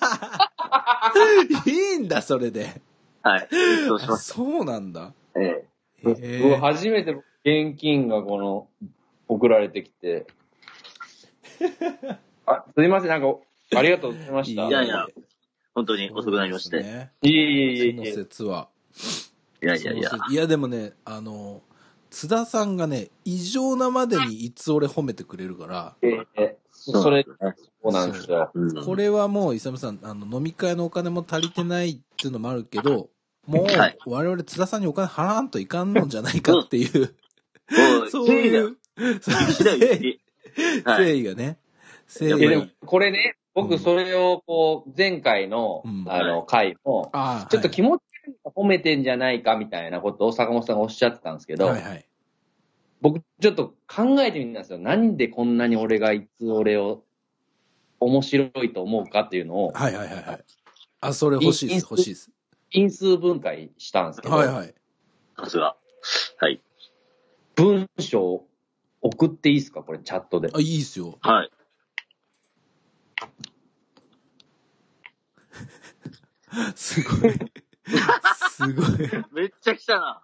いいんだ、それで。 はい。そうします。 そうなんだ。 僕初めて現金が送られてきて、すいません、なんか、ありがとうございました。 いやいや、本当に遅くなりまして。 ね、 いえ。 その説は。 いや。 いや、でもね、津田さんがね、異常なまでにいつ俺褒めてくれるから、 そうなんですよ。 これはもう、イサムさん、飲み会のお金も足りてないっていうのもあるけど、もう、我々津田さんにお金払わんといかんのんじゃないかっていう、そういう、誠意がね。 でもこれね、僕それを前回の、回も、ちょっと気持ち褒めてんじゃないかみたいなことを坂本さんがおっしゃってたんですけど、僕ちょっと考えてみたんですよ。なんでこんなに俺がいつ俺を面白いと思うかっていうのを。 あ、それ欲しいです。 因数分解したんですけど。 さすが。はい。 文章送っていいですかこれチャットで。 あ、いいっすよ。 はい。 すごい。すごい。 めっちゃ来たな。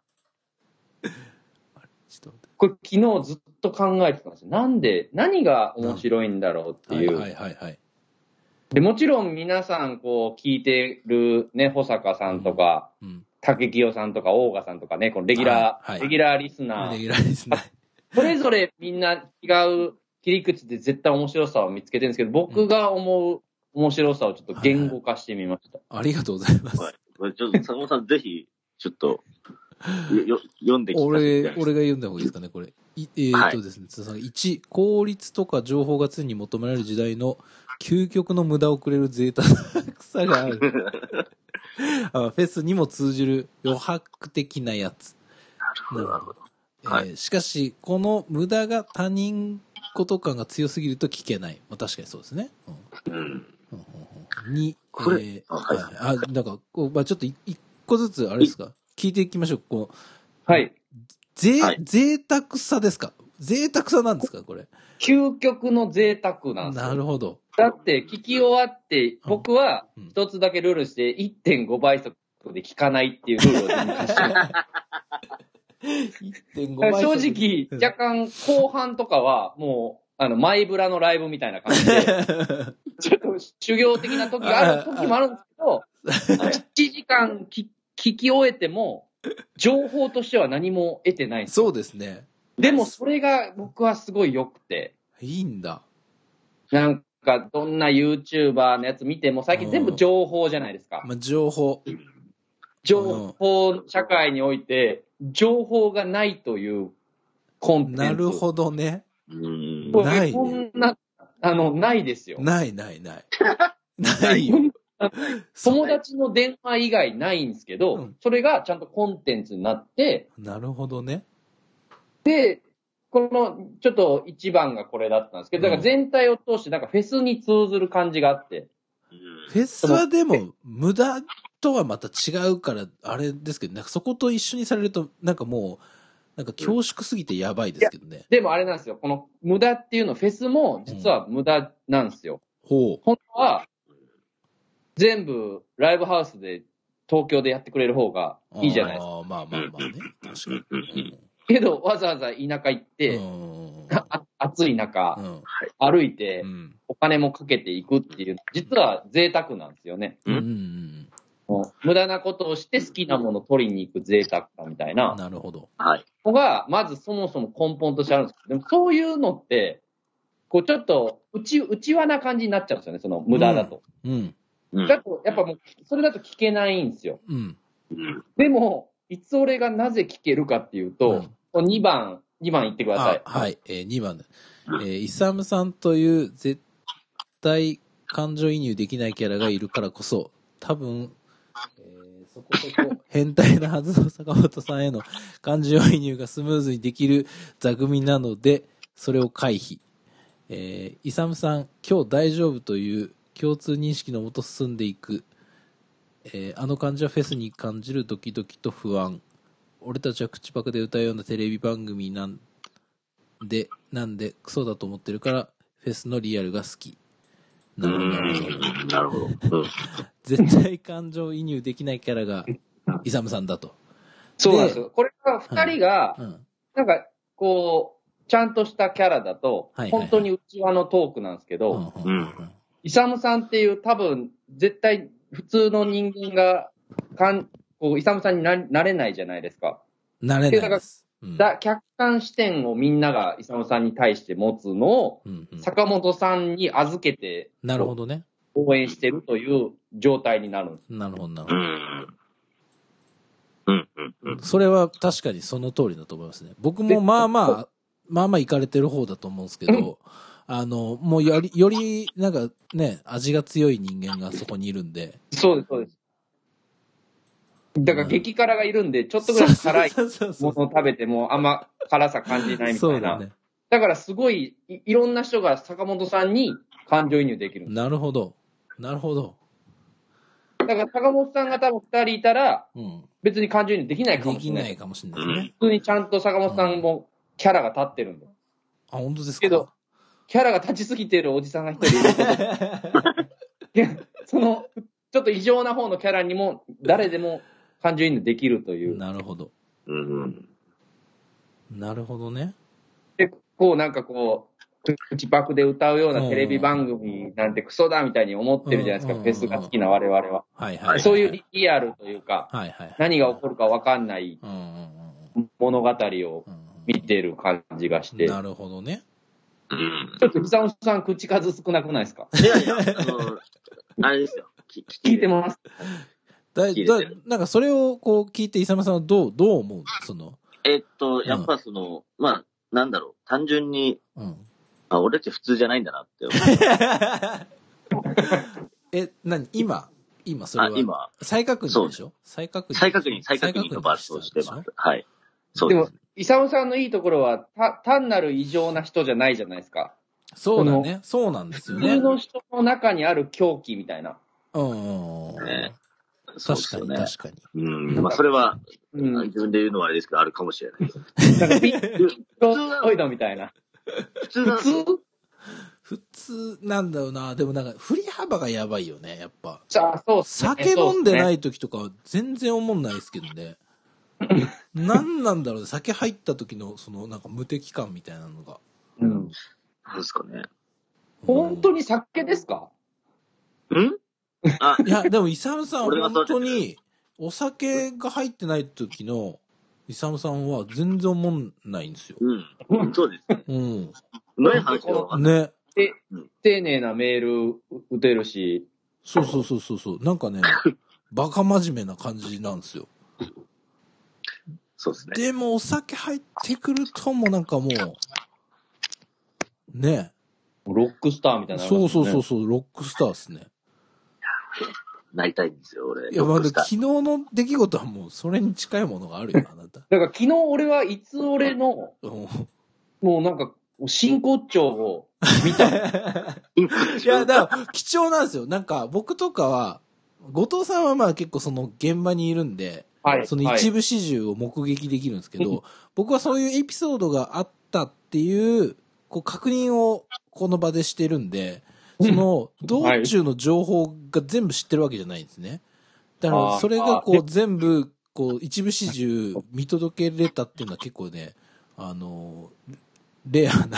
これ昨日ずっと考えてたんですよ。何が面白いんだろうっていう。で、もちろん皆さん聞いてるね、保坂さんとか、竹清さんとか、大賀さんとかね、このレギュラーリスナー。それぞれみんな違う切り口で絶対面白さを見つけてるんですけど、僕が思う面白さをちょっと言語化してみました。 ありがとうございます。 ちょっと坂本さんぜひ、ちょっと、読んできて。 俺が読んだ方がいいですかね、これ。ですね、1、効率とか情報が常に求められる時代の究極の無駄をくれる贅沢さがある。フェスにも通じる余白的なやつ。 なるほど。 しかし、この無駄が他人事感が強すぎると聞けない。まあ、確かにそうですね。に、なんか、まあ、ちょっと一個ずつ、あれですか、聞いていきましょう。贅沢さですか？贅沢さなんですかこれ。 究極の贅沢なんですよ。 なるほど。 だって、聞き終わって、僕は一つだけルールして、1.5 倍速で聞かないっていうルールを準備して 1.5 倍速。 正直、若干後半とかは、もう、マイブラのライブみたいな感じで、ちょっと修行的な時がある時もあるんですけど、1時間聞き終えても、情報としては何も得てないんですよ。 そうですね。 でもそれが僕はすごい良くて。 いいんだ。 なんかどんな YouTuber のやつ見ても最近全部情報じゃないですか。 まあ、情報社会において情報がないというコンテンツ。 なるほどね。 ないね。こんな、ないですよ。 ない。ないよ。 友達の電話以外ないんですけど、それがちゃんとコンテンツになって、 なるほどね。 で、この、ちょっと一番がこれだったんですけど、だから全体を通してなんかフェスに通ずる感じがあって。 フェスはでも、無駄とはまた違うから、あれですけど、なんかそこと一緒にされると、なんかもう、なんか恐縮すぎてやばいですけどね。 でもあれなんですよ。この無駄っていうの、フェスも実は無駄なんですよ。 ほう。 本当は、全部ライブハウスで東京でやってくれる方がいいじゃないですか。 ああ、まあまあまあね。確かに。 けど、わざわざ田舎行って、暑い中、歩いて、お金もかけていくっていう、実は贅沢なんですよね。無駄なことをして好きなものを取りに行く贅沢感みたいな。 なるほど。 はい。 のが、まずそもそも根本としてあるんですけど、でもそういうのって、こうちょっと内輪な感じになっちゃうんですよね、その無駄だと。だと、やっぱもう、それだと聞けないんですよ。でも、いつ俺がなぜ聞けるかっていうと、2番言ってください。 はい、2番で。イサムさんという絶対感情移入できないキャラがいるからこそ、多分、そこそこ変態なはずの坂本さんへの感情移入がスムーズにできる座組なので、それを回避。イサムさん、今日大丈夫という共通認識のもと進んでいく。あの感じはフェスに感じるドキドキと不安。俺たちは口パクで歌うようなテレビ番組なんでクソだと思ってるからフェスのリアルが好き。なるほど。絶対感情移入できないキャラがイサムさんだと。 そうなんですよ。これが二人が、なんかこうちゃんとしたキャラだと、本当に内輪のトークなんですけど、イサムさんっていう多分絶対普通の人間がこうイサムさんになれないじゃないですか。 なれないです。 客観視点をみんながイサムさんに対して持つのを、坂本さんに預けて、 なるほどね。 応援してるという状態になるんです。 なるほど、なるほど。それは確かにその通りだと思いますね。僕もまあまあ行かれてる方だと思うんですけど、もうより、なんかね、味が強い人間がそこにいるんで。 そうです、そうです。だから激辛がいるんで、ちょっとぐらい辛いものを食べてもあんま辛さ感じないみたいな。だからすごい、いろんな人が坂本さんに感情移入できる。 なるほど。なるほど。 だから坂本さんが多分2人いたら、別に感情移入できないかもしれない。 できないかもしれないですね。 普通にちゃんと坂本さんもキャラが立ってるんで。 あ、本当ですか？ けど、キャラが立ちすぎてるおじさんが一人いるいや、その、ちょっと異常な方のキャラにも、誰でも感情移入できるという。 なるほど。なるほどね。 で、こうなんかこう、口パクで歌うようなテレビ番組なんてクソだみたいに思ってるじゃないですか、フェスが好きな我々は。そういうリアルというか、何が起こるか分かんない物語を見てる感じがして。 なるほどね。 ちょっと久本さん口数少なくないですか？ いやいや、あれですよ。 聞いてます。 なんかそれをこう聞いて、イサムさんはどう思うの？その。 やっぱその、まあ、なんだろう、単純に、俺って普通じゃないんだなって思う。 今それは。今。再確認でしょ？再確認の場所をしてます。はい。 そうです。でも、イサムさんのいいところは、単なる異常な人じゃないじゃないですか。 そうだね。そうなんですよね。 普通の人の中にある狂気みたいな。 確かに、確かに。 まあ、それは、自分で言うのはあれですけど、あるかもしれないです。 なんかピットみたいな。 普通なんだよな。でもなんか、振り幅がやばいよね、やっぱ。 そう。 酒飲んでない時とかは全然思んないですけどね。何なんだろうね、酒入った時の、その、なんか無敵感みたいなのが。 なんですかね。 本当に酒ですか？ いや、でも、イサムさん、本当に、お酒が入ってない時の、イサムさんは全然思んないんですよ。 そうです。ない話はね。 丁寧なメール打てるし。 そう。なんかね、バカ真面目な感じなんですよ。 そうですね。 でも、お酒入ってくるともなんかもう、ね。 ロックスターみたいな、 そう、ロックスターですね。 なりたいんですよ、俺。 いや、まあ、昨日の出来事はもうそれに近いものがあるよ、あなた。 だから昨日俺はいつ俺の、もうなんか、真骨頂を見た。 いや、だから、貴重なんですよ。なんか、僕とかは、後藤さんはまあ結構その現場にいるんで、 はい。 その一部始終を目撃できるんですけど、僕はそういうエピソードがあったっていう、こう確認をこの場でしてるんで、その道中の情報が全部知ってるわけじゃないんですね。だからそれがこう全部、こう一部始終見届けれたっていうのは結構ね、レアな。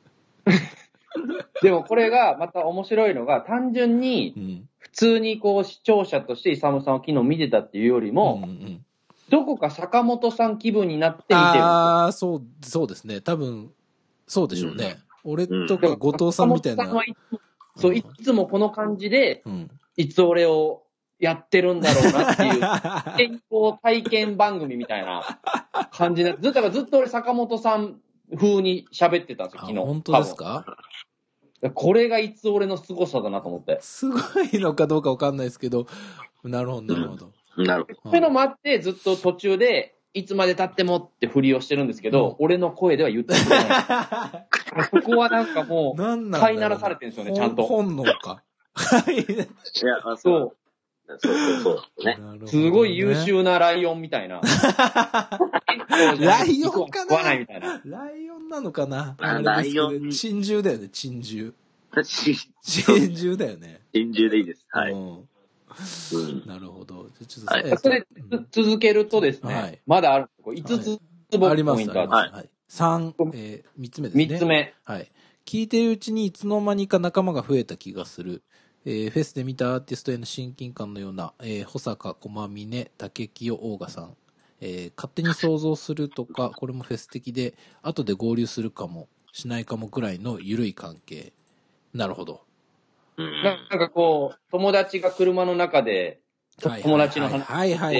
でもこれがまた面白いのが、単純に、普通にこう視聴者としてイサムさんを昨日見てたっていうよりも、どこか坂本さん気分になって見てる。 ああ、そうですね。多分、そうでしょうね。俺とか後藤さんみたいな。 そう、いつもこの感じで、いつ俺をやってるんだろうなっていう、健康体験番組みたいな感じで、ずっと俺坂本さん風に喋ってたんですよ、昨日。 本当ですか？ これがいつ俺の凄さだなと思って。 すごいのかどうかわかんないですけど、なるほど、なるほど。 なるほど。 そういうのもあって、ずっと途中で、いつまで経ってもってふりをしてるんですけど、俺の声では言ってくれない。ここはなんかもう、飼いならされてるんですよね、ちゃんと。 本能か。 いや、そう。そうね。 すごい優秀なライオンみたいな。 ライオンかな？ 食わないみたいな。 ライオンなのかな？ ライオン。 珍獣だよね、珍獣。 珍獣だよね。 珍獣でいいです。はい。 なるほど。 ちょっとそれ続けるとですね、まだある。5つポイントある。 3つ目ですね。 3つ目。 はい。聞いてるうちにいつの間にか仲間が増えた気がする。フェスで見たアーティストへの親近感のような、保坂、駒峰、竹清、大賀さん。勝手に想像するとか、これもフェス的で、後で合流するかも、しないかもくらいの緩い関係。なるほど。 なんかこう、友達が車の中で、友達の話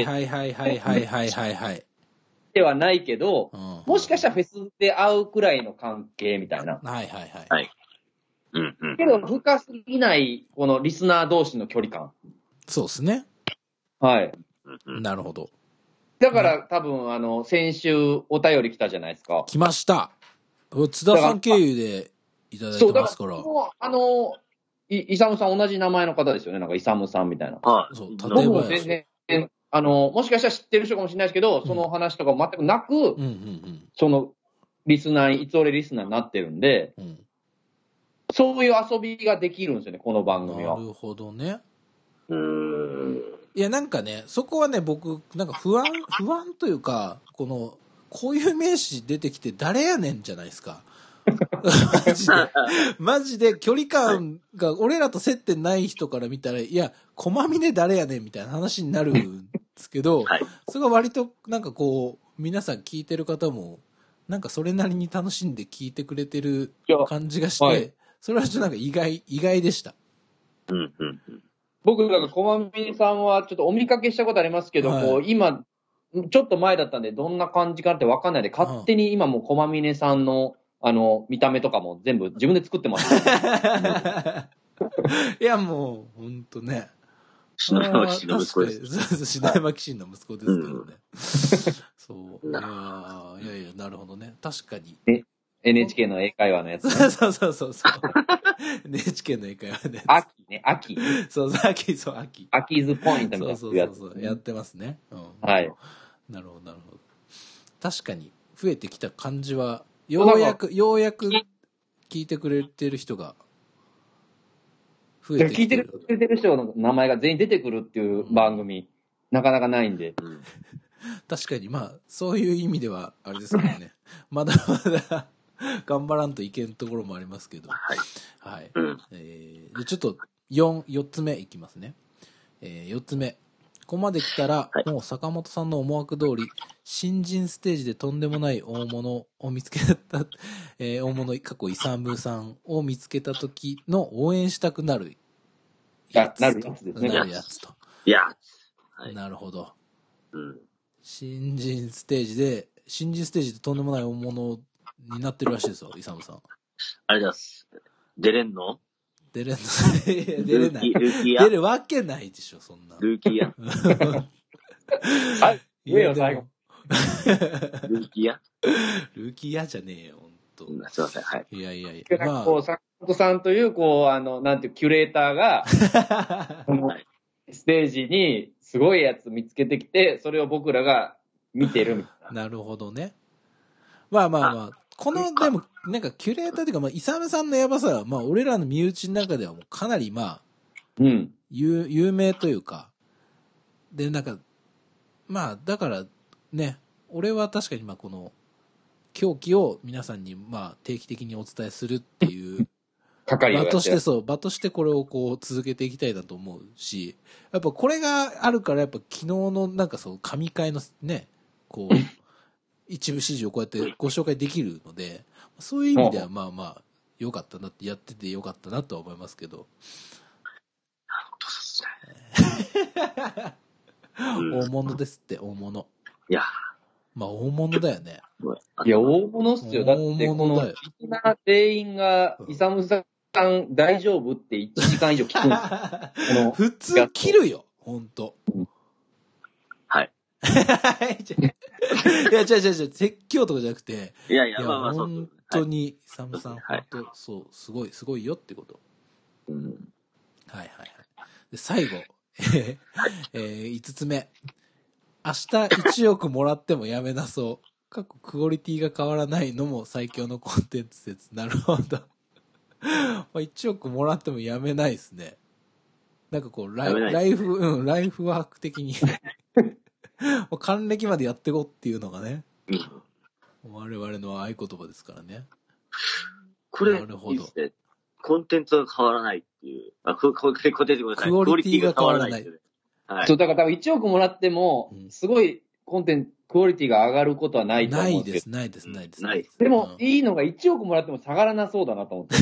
ではないけど、もしかしたらフェスで会うくらいの関係みたいな。 はい。 けど、深すぎない、このリスナー同士の距離感。 そうですね。 はい。 なるほど。 だから多分、先週お便り来たじゃないですか。 来ました。津田さん経由でいただいてますから。 イサムさん同じ名前の方ですよね。なんかイサムさんみたいな。 はい。 そう、 僕も全然、もしかしたら知ってる人かもしれないですけど、その話とか全くなく、その、いつ俺リスナーになってるんで、そういう遊びができるんですよね、この番組は。 なるほどね。いや、なんかね、そこはね、僕、なんか不安というか、こういう名詞出てきて誰やねんじゃないですか。マジで距離感が俺らと接点ない人から見たら、いや、駒峰誰やねんみたいな話になるんですけど、それが割となんかこう、皆さん聞いてる方も、なんかそれなりに楽しんで聞いてくれてる感じがして、それはちょっとなんか意外でした。 僕、なんか駒峰さんはちょっとお見かけしたことありますけど、こう今、ちょっと前だったんでどんな感じかって分かんないで、勝手に今も駒峰さんの見た目とかも全部自分で作ってます。 いや、もう、ほんとね。 篠山騎士の息子です。 篠山騎士の息子ですけどね。そう。いや、なるほどね。確かに。 NHK の英会話のやつ、 ね。そう。NHK の英会話のやつ。 秋。 そう、秋。 秋ズポイントみたいなやつ。 そう。やってますね。 はい。 なるほど。確かに、増えてきた感じは、ようやく聞いてくれてる人が増えてきてる。 聞いてくれてる人の名前が全員出てくるっていう番組、なかなかないんで。 確かに、まあ、そういう意味では、あれですけどね。まだ頑張らんといけんところもありますけど。はい。でちょっと4つ目いきますね。4つ目。ここまで来たら、もう坂本さんの思惑通り、新人ステージでとんでもない大物を見つけた、大物、過去イサムさんを見つけた時の応援したくなるやつ。 なるやつですね。 なるやつと。なるほど。新人ステージでとんでもない大物になってるらしいですよ、イサムさん。 ありがとうございます。出れんの？ 出れんの出れない。 ルーキーや。 出るわけないでしょ、そんな。 ルーキーや。 はい。言えよ、最後。 ルーキーや。 ルーキーやじゃねえよ、ほんと。 すいません、はい。 いやいやいや。まあ、こう、坂本さんという、こう、なんていう、キュレーターが、このステージにすごいやつ見つけてきて、それを僕らが見てるみたいな。 なるほどね。まあまあまあ、この、でも、なんか、キュレーターっていうか、まあ、イサムさんのやばさは、まあ、俺らの身内の中ではもうかなり、まあ、 うん。 有名というか、で、なんか、まあ、だから、ね、俺は確かに、まあ、この、狂気を皆さんに、まあ、定期的にお伝えするっていう、場としてそう、場としてこれをこう、続けていきたいなと思うし、やっぱこれがあるから、やっぱ昨日のなんかそう、神回のね、こう、一部始終をこうやってご紹介できるので、そういう意味ではまあまあ、良かったなって、やってて良かったなとは思いますけど。大物ですって、大物。 いや。 まあ大物だよね。 いや、大物っすよ。だって、この、リスナー全員が、イサムさん大丈夫って1時間以上聞くんですよ。 普通切るよ、ほんと。 はい。 いや、違う、説教とかじゃなくて。 いや、まあまあ、そう。 本当に、イサムさん、本当、そう、すごいよってこと。 うん。 はい。で、最後、5つ目。明日1億もらってもやめなそう。クオリティが変わらないのも最強のコンテンツ説。なるほど。1億もらってもやめないですね。なんかこう、ライフワーク的に。還暦までやっていこうっていうのがね。我々の合言葉ですからね。 これ、なるほど。コンテンツが変わらないっていう。コンテンツごめんなさい。 クオリティが変わらない。 はい。そう、だから多分1億もらっても、すごいクオリティが上がることはないと思うんですけど。 ないです。 でも、いいのが1億もらっても下がらなそうだなと思って。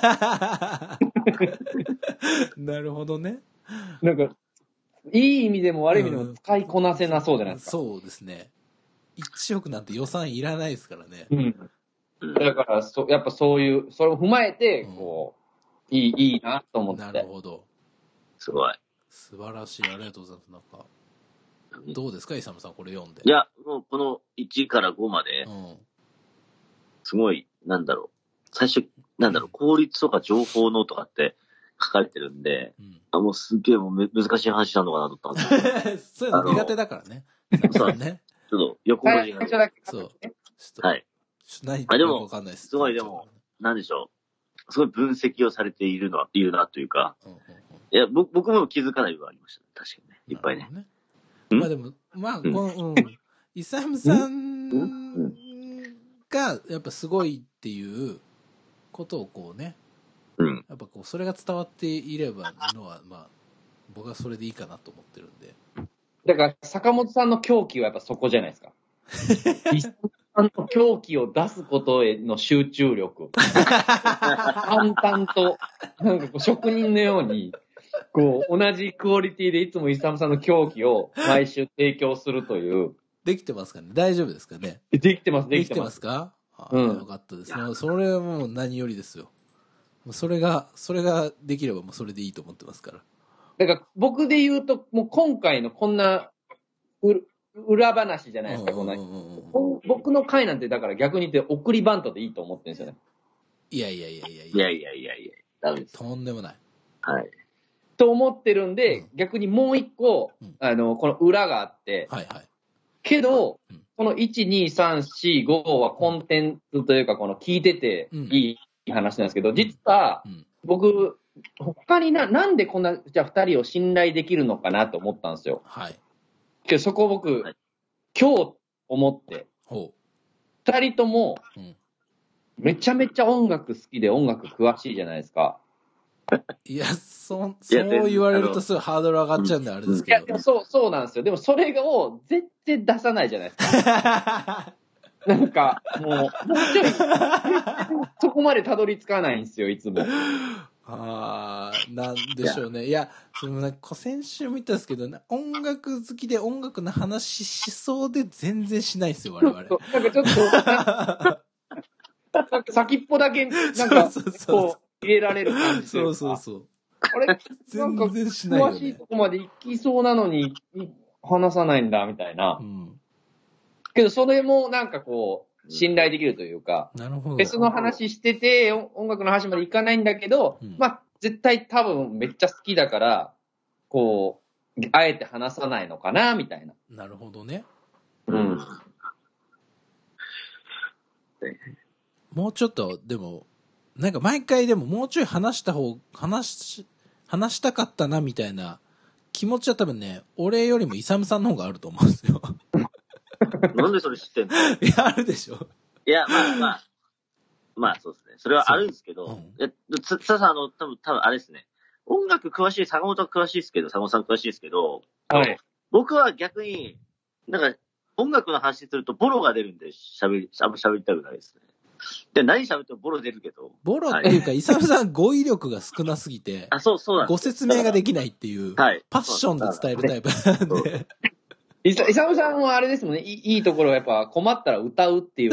なるほどね。 なんか、いい意味でも悪い意味でも使いこなせなそうじゃないですか。 そうですね。1億なんて予算いらないですからね。 うん。だから、やっぱそういう、それを踏まえて、こう、いいなと思って。 なるほど。 すごい。 素晴らしい。ありがとうございます。なんか、どうですか、イサムさん、これ読んで。 いや、もうこの1から5まで、すごい、最初、効率とか情報のとかって書かれてるんで、もうすっげえもう難しい話なのかなと思ったんですそういうの苦手だからね。 そうね。ちょっと横文字が。 そう。 はい。 何言ってるかわかんないです。 すごいでも、なんでしょう。すごい分析をされているなというか、いや、僕も気づかない部分ありました。確かにね。いっぱいね。 まあでも、まあ、イサムさんがやっぱすごいっていうことをこうね、やっぱこう、それが伝わっていればのは、まあ、僕はそれでいいかなと思ってるんで。 だから、坂本さんの狂気はやっぱそこじゃないですか。イサムさんの狂気を出すことへの集中力。淡々と、なんかこう、職人のように、こう、同じクオリティでいつもイサムさんの狂気を毎週提供するという。 できてますかね？大丈夫ですかね？ できてます。 できてますか？よかったですね。それはもう何よりですよ。それができればもうそれでいいと思ってますから。 だから僕で言うと、もう今回のこんな裏話じゃないですか、僕の回なんてだから逆に言って送りバントでいいと思ってるんですよね。 いや。 ダメです。 とんでもない。 はい。 と思ってるんで、逆にもう一個、この裏があって、けど、この1、2、3、4、5はコンテンツというか、この聞いてていい話なんですけど、実は、僕、他になんでこんな、じゃあ2人を信頼できるのかなと思ったんですよ。 はい。 けどそこを僕、今日思って、2人とも、めちゃめちゃ音楽好きで音楽詳しいじゃないですか。 いや、そう言われるとすぐハードル上がっちゃうんであれですけど。 いや、でもそうなんですよ。でもそれを全然出さないじゃないですか。なんか、もうちょい、そこまでたどり着かないんですよ、いつも。 なんでしょうね。いや、先週も言ったんですけど、音楽好きで音楽の話しそうで全然しないですよ、我々。なんかちょっと、 先っぽだけ、なんか、こう、 入れられる感じというか。 そうそうそう。 あれなんか、 全然しないよね。 詳しいとこまで行きそうなのに、話さないんだ、みたいな。 うん。 けど、それもなんかこう、信頼できるというか、 なるほど。 フェスの話してて、音楽の話までいかないんだけど、 うん、 まあ、絶対多分めっちゃ好きだから、こう、あえて話さないのかな、みたいな。 なるほどね。 うん。 もうちょっと、でも、なんか毎回でももうちょい話したかったな、みたいな気持ちは多分ね、俺よりもイサムさんの方があると思うんですよ。 なんでそれ知ってんの？ いや、あるでしょ。 いや、まあそうですね。それはあるんですけど、津田さん、多分あれですね。音楽詳しい、坂本は詳しいですけど、坂本さん詳しいですけど、 はい。 僕は逆に、なんか、音楽の話するとボロが出るんで、あんま喋りたくないですね。で、何喋ってもボロ出るけど。 ボロっていうか、イサムさん語彙力が少なすぎて、 そうなんです。 ご説明ができないっていう、はい、パッションで伝えるタイプなんで。 イサムさんはあれですもんね、いいところはやっぱ困ったら歌うっていう。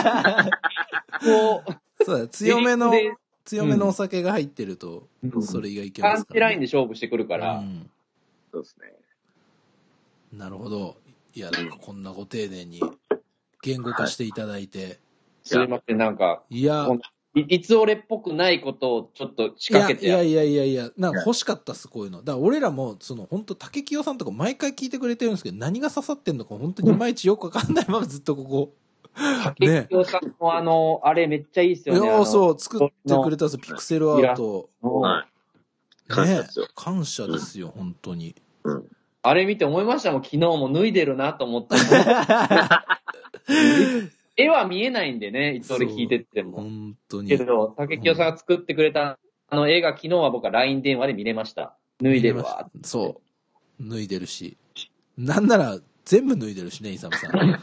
そうだ、強めのお酒が入ってると、それがいけますから、ね。 パンチラインで勝負してくるから。 そうですね。 なるほど。いや、なんかこんなご丁寧に言語化していただいて。 すいません、なんか。 いや、 いつ俺っぽくないことをちょっと仕掛けていや、なんか欲しかったっす、こういうの。だから俺らも、本当竹清さんとか毎回聞いてくれてるんですけど、何が刺さってんのか本当にいまいちよくわかんないままずっとここ。 竹清さんのあれめっちゃいいっすよね。 いや、そう、作ってくれたんですよ、ピクセルアート。 はい。 ね、感謝ですよ、本当に。 あれ見て思いましたもん、昨日も脱いでるなと思って。絵は見えないんでね、いつ俺聞いてっても。 本当に。 けど、竹清さんが作ってくれた絵が昨日は僕は LINE 電話で見れました。脱いでるわ。 そう。脱いでるし。なんなら、全部脱いでるしね、イサムさん。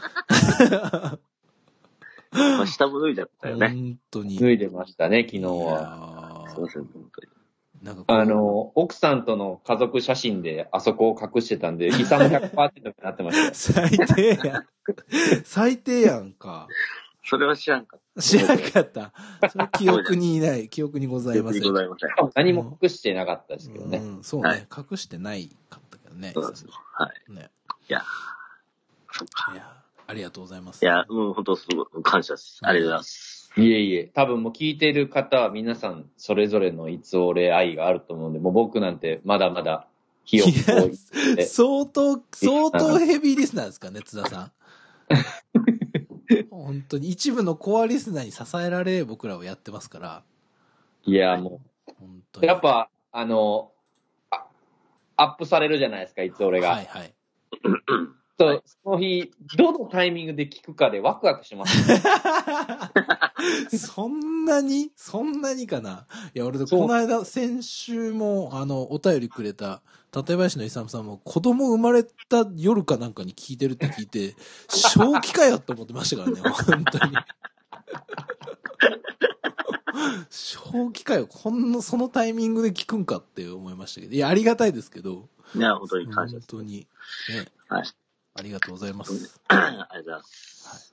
下も脱いじゃったよね。 本当に。 脱いでましたね、昨日は。 そうですね、本当に。 なんか奥さんとの家族写真であそこを隠してたんで、イサム 100% になってました。 最低やん。最低やんか。 それは知らんかった。 知らんかった。それ記憶にございません。 記憶にございません。 何も隠してなかったですけどね。 そうね、隠してないかったけどね。 そうですね。はい。 ね。 いや、そっか。 いや、ありがとうございます。 いや、もう本当すごい感謝です。ありがとうございます。 いえ。多分もう聞いてる方は皆さんそれぞれのいつ俺愛があると思うんで、もう僕なんてまだまだひよっこい。 相当ヘビーリスナーですかね、津田さん。本当に一部のコアリスナーに支えられ僕らはやってますから。 いや、もう。本当にやっぱ、アップされるじゃないですか、いつ俺が。 はいはい。 その日、どのタイミングで聞くかでワクワクします、ね。 そんなにかな。いや、俺、この間、先週も、お便りくれた、館林のイサムさんも、子供生まれた夜かなんかに聞いてるって聞いて、正気かよって思ってましたからね、本当に。正気かよ、そのタイミングで聞くんかって思いましたけど。いや、ありがたいですけど。 いや、本当に感謝です。 本当に。ね。 はい。 ありがとうございます。 ありがとうございます。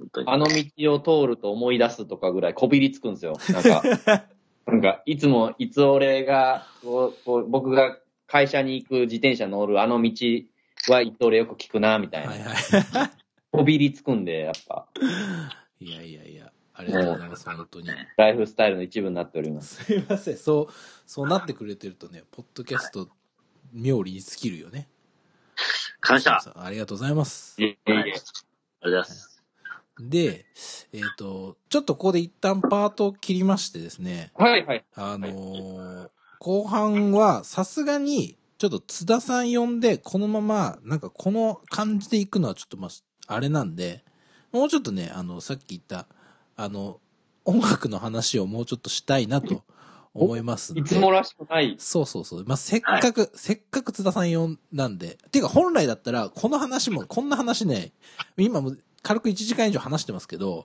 あの道を通ると思い出すとかぐらいこびりつくんですよ。なんか、いつ俺が、僕が会社に行く自転車乗るあの道はいつ俺よく聞くな、みたいな。はいはい。こびりつくんで、やっぱ。 いや。ありがとうございます、本当に。 ライフスタイルの一部になっております。 すいません。そうなってくれてるとね、ポッドキャスト、妙利に尽きるよね。 感謝。 ありがとうございます。 ありがとうございます。 で、ちょっとここで一旦パートを切りましてですね。 はいはい。 後半はさすがに、ちょっと津田さん呼んで、このまま、なんかこの感じで行くのはちょっとあれなんで、もうちょっとね、さっき言った、音楽の話をもうちょっとしたいなと思いますんで。 いつもらしくない。 そう。まあ、せっかく津田さん呼んだんで。ていうか本来だったら、こんな話ね、今も軽く1時間以上話してますけど、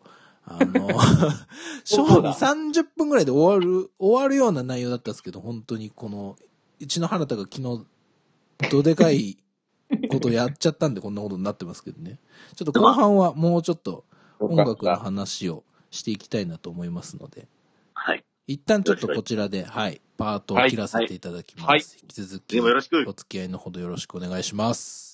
正味30分ぐらいで終わるような内容だったんですけど、本当にうちの原田が昨日、どでかいことやっちゃったんでこんなことになってますけどね。ちょっと後半はもうちょっと音楽の話をしていきたいなと思いますので。 はい。 一旦ちょっとこちらで、はい、パートを切らせていただきます。 はい。 引き続き、 でもよろしく。 お付き合いのほどよろしくお願いします。